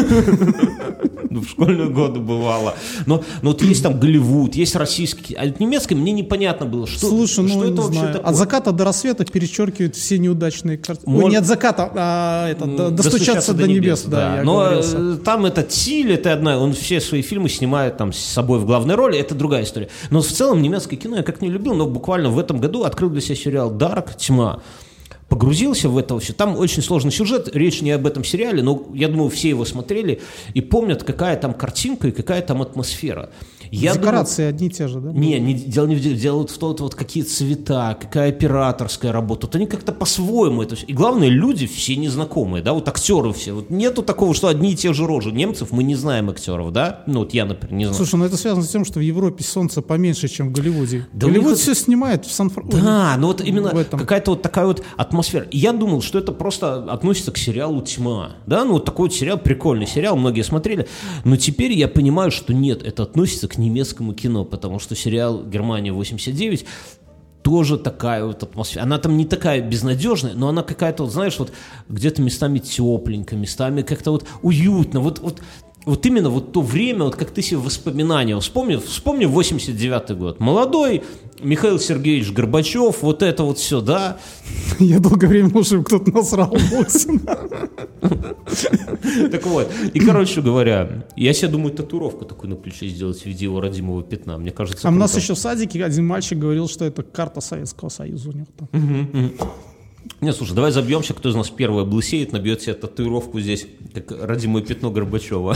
В школьные годы бывало. Но вот есть там Голливуд, есть российский. А немецкий мне непонятно было, что, слушай, что это вообще такое. От заката до рассвета перечеркивают все неудачные картины. Не от заката, а достучаться до небес. Да, но там это Тиль, это одна, он все свои фильмы снимает там с собой в главной роли, это другая история. Но в целом немецкое кино я как не любил, но буквально в этом году открыл для себя сериал «Дарк. Тьма». Погрузился в это все. Там очень сложный сюжет, речь не об этом сериале, но я думаю, все его смотрели и помнят, какая там картинка и какая там атмосфера. Декорации одни и те же, да? Дело не в дело в том, вот какие цвета, какая операторская работа. Вот они как-то по-своему это все. И главное, люди все незнакомые, да, вот актеры все. Вот нету такого, что одни и те же рожи. Немцев мы не знаем актеров, да? Вот я, например, не знаю. Слушай, это связано с тем, что в Европе солнце поменьше, чем в Голливуде. Да, Голливуд все снимает в Сан-Франциско. Да, но вот именно какая-то вот такая вот атмосфера. И я думал, что это просто относится к сериалу «Тьма». Да, вот такой вот сериал, прикольный сериал, многие смотрели. Но теперь я понимаю, что нет, это относится к немецкому кино, потому что сериал «Германия 89» тоже такая вот атмосфера. Она там не такая безнадежная, но она какая-то, вот, знаешь, вот где-то местами тепленькая, местами как-то вот уютно. Вот именно вот то время, вот как ты себе воспоминания вспомни 89-й год. Молодой Михаил Сергеевич Горбачев, вот это вот все, да. Я долгое время уже кто-то насрал боксом. Так вот, и, короче говоря, я себе думаю, татуировку такую на плече сделать в виде его родимого пятна. Мне кажется, у нас еще в садике один мальчик говорил, что это карта Советского Союза у него там. Не, слушай, давай забьемся, кто из нас первый облысеет, набьет себе татуировку здесь, как родимое пятно Горбачева.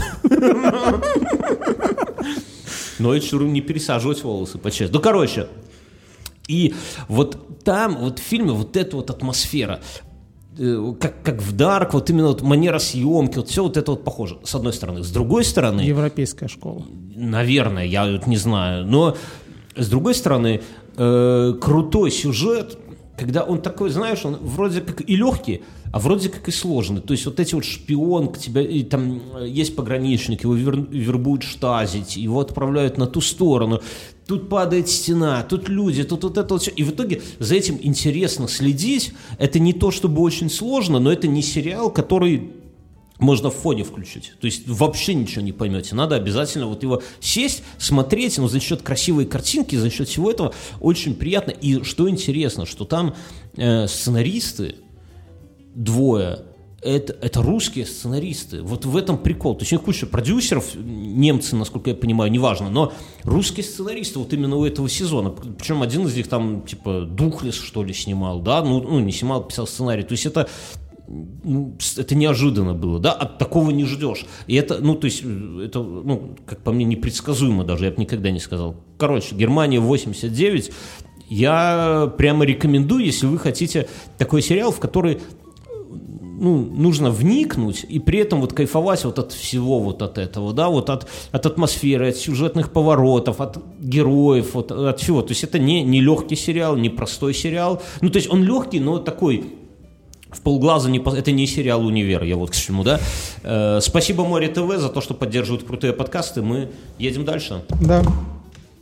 Но это не пересаживать волосы, по-честному. Короче, и вот там, вот в фильме, вот эта вот атмосфера, как в «Дарк», вот именно вот манера съемки, вот все вот это вот похоже, с одной стороны. С другой стороны... Европейская школа. Наверное, я вот не знаю. Но, с другой стороны, крутой сюжет, когда он такой, знаешь, он вроде как и легкий, а вроде как и сложный. То есть вот эти вот шпион, к тебе, и там есть пограничник, его вербуют штазить, его отправляют на ту сторону. Тут падает стена, тут люди, тут вот это вот все. И в итоге за этим интересно следить. Это не то, чтобы очень сложно, но это не сериал, который можно в фоне включить. То есть вообще ничего не поймете. Надо обязательно вот его сесть, смотреть, но за счет красивой картинки, за счет всего этого очень приятно. И что интересно, что там сценаристы, двое, это русские сценаристы. Вот в этом прикол. То есть у них куча продюсеров, немцы, насколько я понимаю, неважно, но русские сценаристы вот именно у этого сезона. Причем один из них там типа Духлес, что ли, снимал, да? Ну не снимал, писал сценарий. То есть это неожиданно было, да, от такого не ждешь. И это, то есть, это, как по мне, непредсказуемо даже, я бы никогда не сказал. Короче, «Германия 89», я прямо рекомендую, если вы хотите такой сериал, в который, нужно вникнуть и при этом вот кайфовать вот от всего вот от этого, да, вот от атмосферы, от сюжетных поворотов, от героев, вот от всего. То есть это не легкий сериал, не простой сериал. То есть он легкий, но такой... В полглаза это не сериал «Универ», я вот к чему, да. Спасибо Море ТВ за то, что поддерживают крутые подкасты. Мы едем дальше. Да.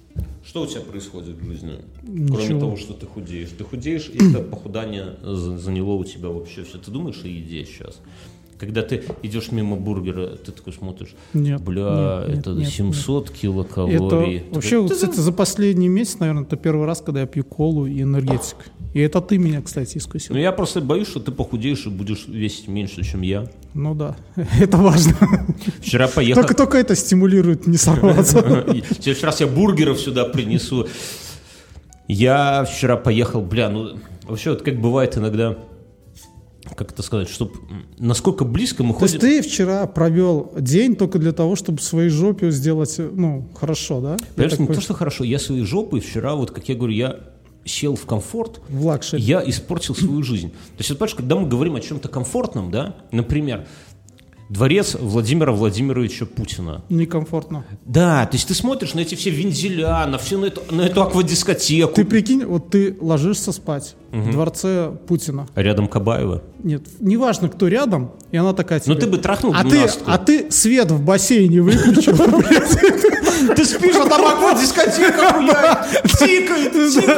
Что у тебя происходит в жизни? Ничего. Кроме того, что ты худеешь. Ты худеешь, и это похудание заняло у тебя вообще все. Ты думаешь о еде сейчас? Когда ты идешь мимо бургера, ты такой смотришь, Нет, бля, нет, это нет, 700 Это килокалорий. вообще, кстати, за последний месяц, наверное, это первый раз, когда я пью колу и энергетик. И это ты меня, кстати, искусил. Ну, я просто боюсь, что ты похудеешь и будешь весить меньше, чем я. Ну да, это важно. Вчера поехал... Только это стимулирует не сорваться. В следующий раз я бургеров сюда принесу. Я вчера поехал, вообще вот как бывает иногда, как это сказать, чтобы насколько близко мы То есть ходим... ты вчера провел день только для того, чтобы своей жопе сделать, хорошо, да? Понимаешь, не то, что хорошо, я своей жопой вчера, вот как я говорю, я сел в комфорт, В лакшери. я испортил свою жизнь. То есть, вот, понимаешь, когда мы говорим о чем-то комфортном, да, например, дворец Владимира Владимировича Путина. Некомфортно. Да, то есть ты смотришь на эти все вензеля, на эту аквадискотеку. Ты прикинь, вот ты ложишься спать в дворце Путина. А рядом Кабаева. Нет, неважно, кто рядом, и она такая тебе... Ну ты бы трахнул а гимнастку. ты свет в бассейне выключил, блядь. Ты спишь, а там аквадискотека тикает.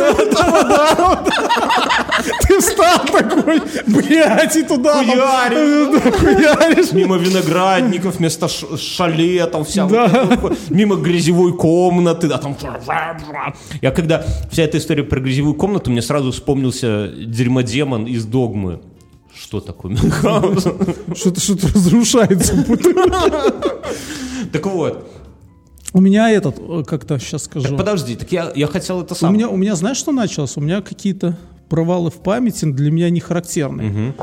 Ты встал такой, блядь, и туда Хуяришь. Мимо виноградников, вместо шале, там вся мимо грязевой комнаты, да, там... Я когда вся эта история про грязевую комнату, мне сразу вспомнился дерьмодемон из «Догмы». Что такое, Мюнхгаузен? Что-то разрушается. Так вот. У меня как-то сейчас скажу. Так подожди, так я хотел это сам. У меня знаешь, что началось? У меня какие-то провалы в памяти для меня не характерные.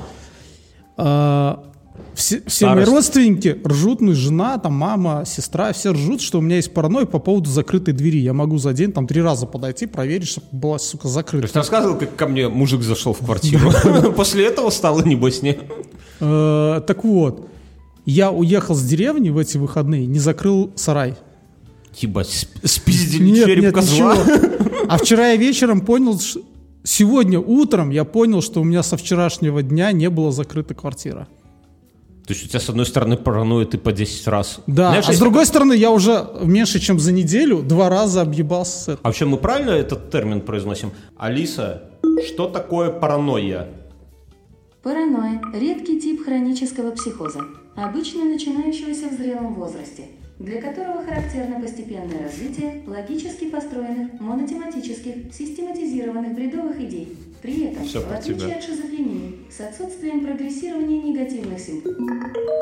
Все мои родственники ржут, жена, там, мама, сестра, все ржут, что у меня есть паранойя по поводу закрытой двери. Я могу за день там 3 раза подойти, проверить, чтобы была, сука, закрыта. Ты рассказывал, как ко мне мужик зашел в квартиру? После этого стало, небось, не? Так вот, я уехал с деревни в эти выходные, не закрыл сарай. Ебать, спиздили череп козла. А вчера я вечером понял, сегодня утром я понял, что у меня со вчерашнего дня не была закрыта квартира. То есть у тебя, с одной стороны, паранойя, ты по 10 раз. Да, знаешь, а с другой стороны, я уже меньше, чем за неделю 2 раза объебался с этим. А вообще мы правильно этот термин произносим? Алиса, что такое паранойя? Паранойя – редкий тип хронического психоза, обычно начинающегося в зрелом возрасте, для которого характерно постепенное развитие логически построенных, монотематических, систематизированных бредовых идей. При этом, Все в отличие от шизофрении, с отсутствием прогрессирования негативных симптомов.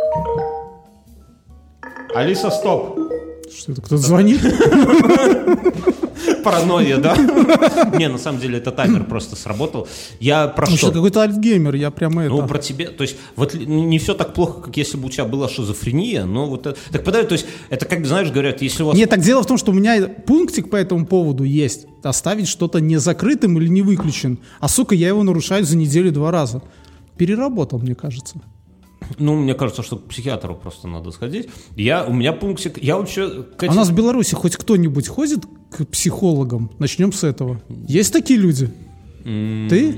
Алиса, стоп! Что это, кто-то звонит? Паранойя, да? Не, на самом деле это таймер просто сработал. Я про что? Какой-то альцгеймер, я прямо это... Ну, про тебя, то есть, вот не все так плохо, как если бы у тебя была шизофрения, но вот это... Так подожди, то есть, это как, знаешь, говорят, если у вас... Нет, так дело в том, что у меня пунктик по этому поводу есть. Оставить что-то не закрытым или не выключен. А, сука, я его нарушаю за неделю 2 раза. Переработал, мне кажется. Ну, мне кажется, что к психиатру просто надо сходить. У меня пунктик... Я вообще... А у нас в Беларуси хоть кто-нибудь ходит к психологам? Начнем с этого. Есть такие люди? Ты?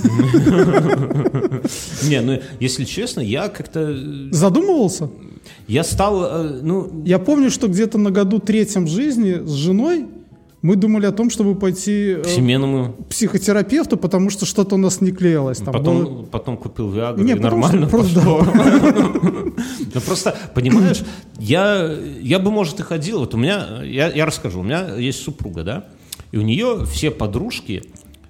Не, ну, если честно, я как-то... Задумывался? Я стал, Я помню, что где-то на году 3-м жизни с женой мы думали о том, чтобы пойти к семейному психотерапевту, потому что что-то у нас не клеилось. Там потом купил Виагру, не, и нормально пошло. Ну просто, понимаешь, я бы, может, и ходил. Вот у меня, я расскажу, у меня есть супруга, да, и у нее все подружки,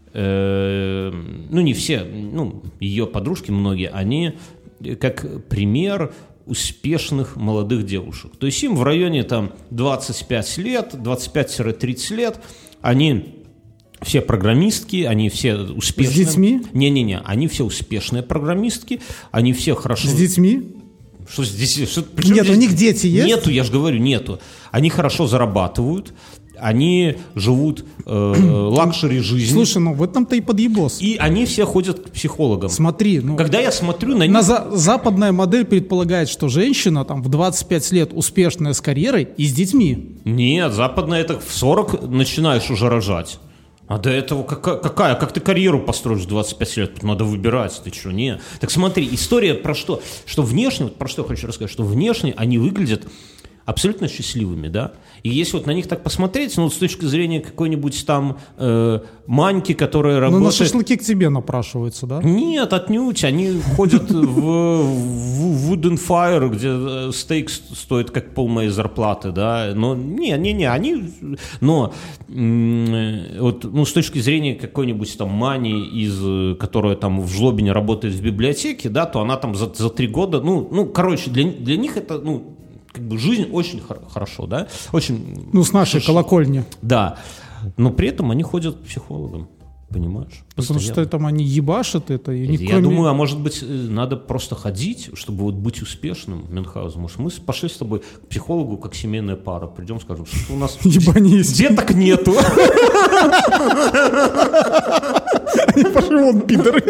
не все, ее подружки многие, они как пример успешных молодых девушек. То есть им в районе там 25 лет, 25-30 лет, они все программистки, они все успешные. С детьми? Не-не-не, они все успешные программистки, они все хорошо... С детьми? Что здесь? Нет, у них дети есть? Нету, я же говорю, нету. Они хорошо зарабатывают, они живут лакшери жизнью. Слушай, в этом-то и подъебос. И они все ходят к психологам. Смотри, когда я смотрю на них... Западная модель предполагает, что женщина там в 25 лет успешная с карьерой и с детьми. Нет, западная это в 40 начинаешь уже рожать. А до этого какая? Как ты карьеру построишь в 25 лет? Надо выбирать, ты что, не? Так смотри, история про что? Что внешне, про что я хочу рассказать, что внешне они выглядят абсолютно счастливыми, да. И если вот на них так посмотреть, ну, вот с точки зрения какой-нибудь там Маньки, которая работает... Ну, на шашлыки к тебе напрашиваются, да? Нет, отнюдь. Они ходят в Wooden Fire, где стейк стоит как пол моей зарплаты, да. Но они... Но вот, ну, с точки зрения какой-нибудь там Мани, которая там в Жлобине работает в библиотеке, да, то она там за 3 года, ну, короче, для них это, ну, как бы жизнь очень хорошо, да, очень... Ну, с нашей колокольни. Да, но при этом они ходят к психологам, понимаешь? Потому что там они ебашат это. И я думаю, а может быть, надо просто ходить, чтобы вот быть успешным, Мюнхгаузен. Может, мы пошли с тобой к психологу, как семейная пара, придем, скажем, что у нас деток нету. Они пошли, вон, пидоры.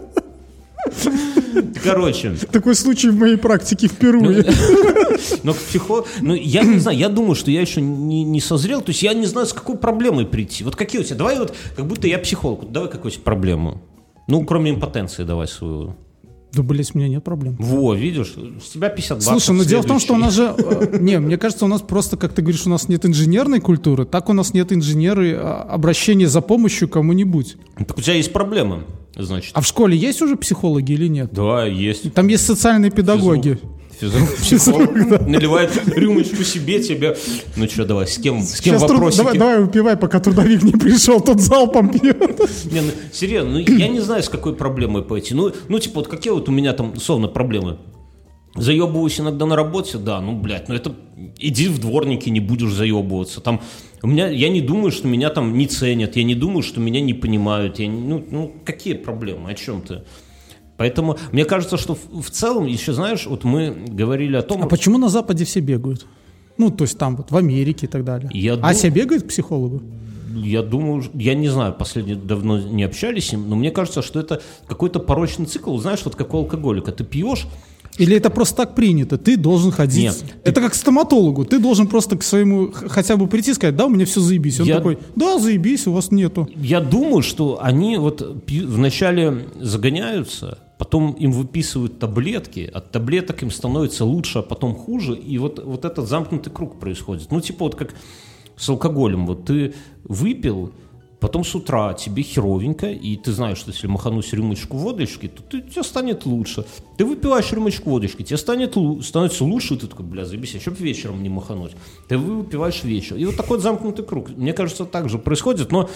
Короче. Такой случай в моей практике впервые. Но к психологу... Ну, я не знаю, я думаю, что я еще не созрел. То есть я не знаю, с какой проблемой прийти. Вот какие у тебя... Давай вот, как будто я психолог. Вот давай какую-то проблему. Ну, кроме импотенции давай свою. Да, блядь, у меня нет проблем. Во, видишь, с тебя 50 баксов. Слушай, но дело в том, что у нас же... Не, мне кажется, у нас просто, как ты говоришь, у нас нет инженерной культуры, так у нас нет инженеры обращения за помощью кому-нибудь. Так у тебя есть проблемы, значит. А в школе есть уже психологи или нет? Да, есть. Там есть социальные педагоги. Психолог наливает рюмочку себе, тебе. Ну что, давай, с кем вопросики? Давай выпивай, пока трудовик не пришел, тот залпом пьет. Не, ну серьезно, я не знаю, с какой проблемой пойти. Ну, типа, вот какие вот у меня там, условно, проблемы. Заебываюсь иногда на работе, да, ну, блядь, ну это иди в дворники, не будешь заебываться. Там я не думаю, что меня там не ценят, я не думаю, что меня не понимают. Ну, какие проблемы, о чем ты? Поэтому мне кажется, что в целом, еще знаешь, вот мы говорили о том... А почему на Западе все бегают? Ну, то есть там вот в Америке и так далее. Ася бегает к психологу? Я думаю, я не знаю, давно не общались, но мне кажется, что это какой-то порочный цикл, знаешь, вот как у алкоголика. Ты пьешь... Или это просто так принято? Ты должен ходить... Нет. Это как к стоматологу. Ты должен просто к своему хотя бы прийти и сказать, да, у меня все заебись. Он такой, да, заебись, у вас нету. Я думаю, что они вот вначале загоняются, потом им выписывают таблетки, от таблеток им становится лучше, а потом хуже, и вот этот замкнутый круг происходит. Ну, типа вот как с алкоголем. Вот ты выпил, потом с утра тебе херовенько, и ты знаешь, что если махануть рюмочку водочки, то тебе станет лучше. Ты выпиваешь рюмочку водочки, тебе становится лучше, и ты такой, бля, заебись, а что бы вечером не махануть? Ты выпиваешь вечер. И вот такой вот замкнутый круг. Мне кажется, так же происходит, но...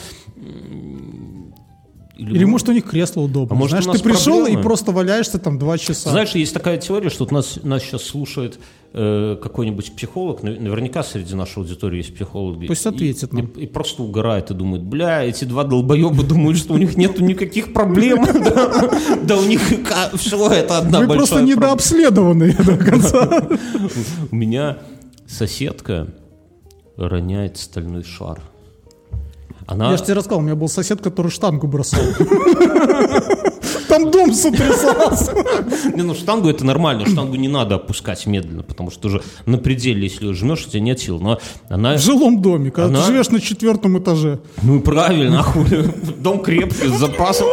Или может у них кресло удобно. А может, знаешь, ты пришел проблемы? И просто валяешься там 2 часа. Знаешь, есть такая теория, что нас сейчас слушает какой-нибудь психолог, наверняка среди нашей аудитории есть психологи. Пусть ответит нам. И просто угорает и думает, бля, эти 2 долбоеба думают, что у них нету никаких проблем. Да у них все это одна большая проблема. Вы просто недообследованные до конца. У меня соседка роняет стальной шар. Я же тебе рассказал, у меня был сосед, который штангу бросал. Там дом сотрясался. Не, ну штангу это нормально, штангу не надо опускать медленно, потому что уже на пределе, если ее жмешь, у тебя нет сил. Но она... В жилом доме, когда ты живешь на 4 этаже. Ну правильно, нахуй. Дом крепкий, с запасом.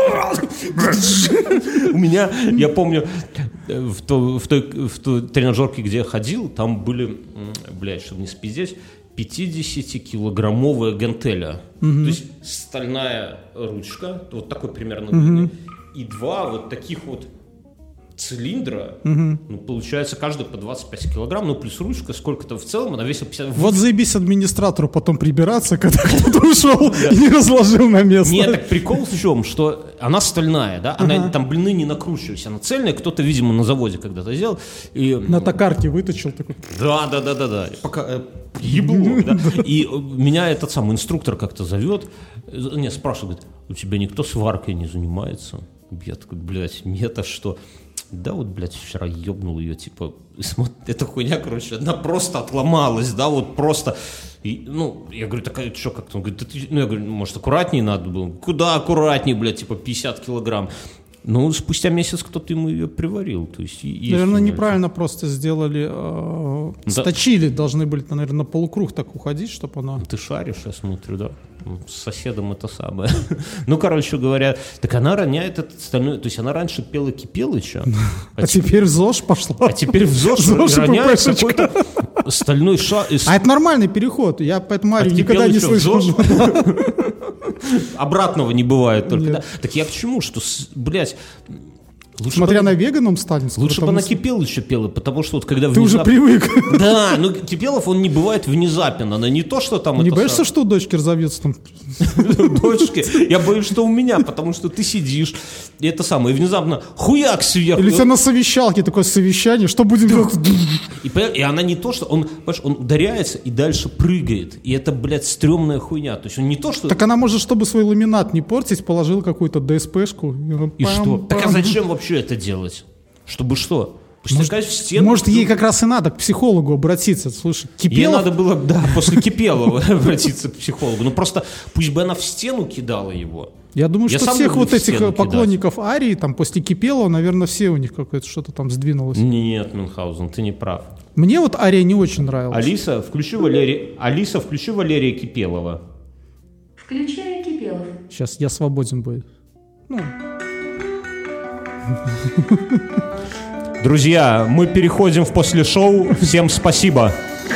У меня, я помню, в той тренажерке, где я ходил, там были, блядь, чтобы не спиздеть, 50-килограммовая гантеля. То есть стальная ручка, вот такой примерно длины, и 2 вот таких вот цилиндра, ну, получается, каждый по 25 килограмм, ну, плюс ручка, сколько-то в целом, она весила 50... Вот заебись администратору потом прибираться, когда кто-то ушел и не разложил на место. Нет, так прикол в чем, что она стальная, да, она там блины не накручивались, она цельная, кто-то, видимо, на заводе когда-то сделал. И... На токарке выточил такой. Да. Пока ебло, да. И меня этот самый инструктор как-то зовет, спрашивает, у тебя никто сваркой не занимается? Я такой, блядь, нет, а что? Да вот, блядь, вчера ебнул ее, типа, эта хуйня, короче, она просто отломалась, да, вот просто. И, ну, я говорю, такая, что как-то? Он говорит, да ты, ну, я говорю, может, аккуратнее надо было? Куда аккуратнее, блядь, типа 50 килограмм? Ну, спустя месяц кто-то ему ее приварил. То есть, наверное, неправильно просто сделали, сточили, должны были, наверное, на полукруг так уходить, чтобы она... Ты шаришь, я смотрю, да? С соседом это самое. Ну, короче говоря, так она роняет этот остальной... То есть она раньше пела Кипелыча. А теперь в ЗОЖ пошла. А теперь в ЗОЖ роняет какой-то стальной шар. А это нормальный переход. Я поэтому Арию никогда не слышал. Обратного не бывает только. Да? Так я к чему? Что, блядь... Смотря на веганом станет. Лучше бы она Кипелыча пела, потому что вот когда ты уже привык. Да, но Кипелов, он не бывает внезапен. Она не то, что там... Не боишься, что у дочки разовьется там? Дочки? Я боюсь, что у меня, потому что ты сидишь, и это самое, и внезапно хуяк сверху. Или у тебя на совещалке такое совещание, что будем делать? И она не то, что... Он ударяется и дальше прыгает. И это, блядь, стрёмная хуйня. То есть он не то, что... Так она, может, чтобы свой ламинат не портить, положила какую-то ДСПшку. И что? Так а зачем вообще это делать? Чтобы что? Может, в стену, может ей как раз и надо к психологу обратиться. Слушай, Кипелов... Ей надо было, да, после Кипелова обратиться к психологу. Ну просто пусть бы она в стену кидала его. Я думаю, что всех вот этих поклонников Арии, там после Кипелова, наверное, все у них какое-то что-то там сдвинулось. Нет, Мюнхгаузен, ты не прав. Мне вот Ария не очень нравилась. Алиса, включи Валерия Кипелова. Включаю Кипелов. Сейчас я свободен будет. Друзья, мы переходим в после шоу. Всем спасибо.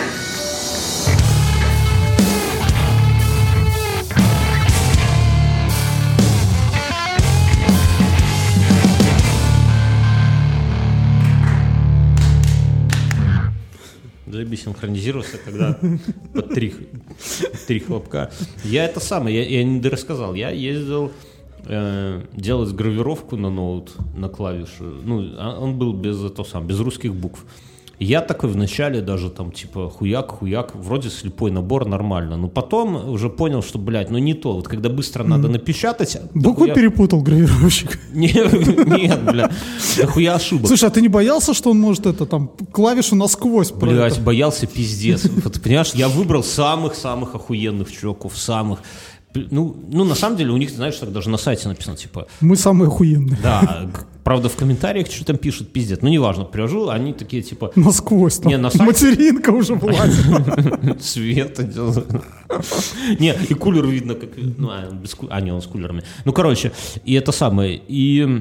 Заебись синхронизировался, когда под три хлопка. Я это самое, я не рассказал. Я ездил делать гравировку на ноут, на клавишу. Ну, он был без русских букв. Я такой вначале даже там типа хуяк, вроде слепой набор, нормально. Но потом уже понял, что, блядь, ну не то. Вот когда быстро надо напечатать... Букву перепутал гравировщик. Нет, блядь, дохуя ошибок. Слушай, а ты не боялся, что он может клавишу насквозь пройти? Блядь, боялся пиздец. Вот, понимаешь, я выбрал самых-самых охуенных чуваков, самых... Ну, на самом деле, у них, знаешь, так даже на сайте написано, типа... Мы самые охуенные. Да, правда, в комментариях что там пишут, пиздец. Ну, неважно, привожу, они такие, типа... Насквозь там. Не, на сайте... Материнка уже вылазит. Свет идет. Не, и кулер видно, как... не, он с кулерами. Ну, короче, и это самое, и...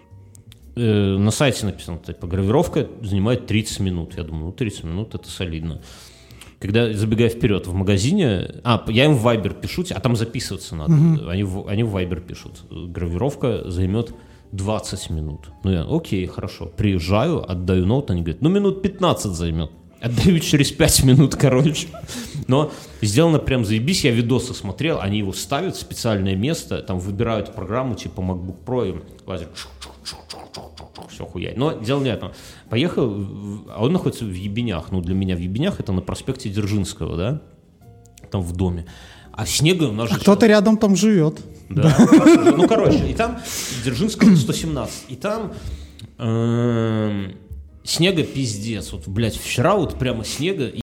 на сайте написано, типа, гравировка занимает 30 минут. Я думаю, 30 минут это солидно. Когда, забегая вперед, в магазине... я им в Viber пишу, а там записываться надо. Они в Viber пишут. Гравировка займет 20 минут. Ну, я, окей, хорошо. Приезжаю, отдаю ноут, они говорят, минут 15 займет. Отдаю через 5 минут, короче. Но сделано прям заебись. Я видосы смотрел, они его ставят в специальное место, там выбирают программу типа MacBook Pro, и лазер... Все хуять. Но дело не это. Поехал, а он находится в Ебенях. Ну, для меня в Ебенях это на проспекте Дзержинского, да? Там в доме. А снега у нас же... Кто-то рядом там живет. Да. Ну, короче, и там Дзержинского 117. И там снега пиздец. Вот, блядь, вчера вот прямо снега...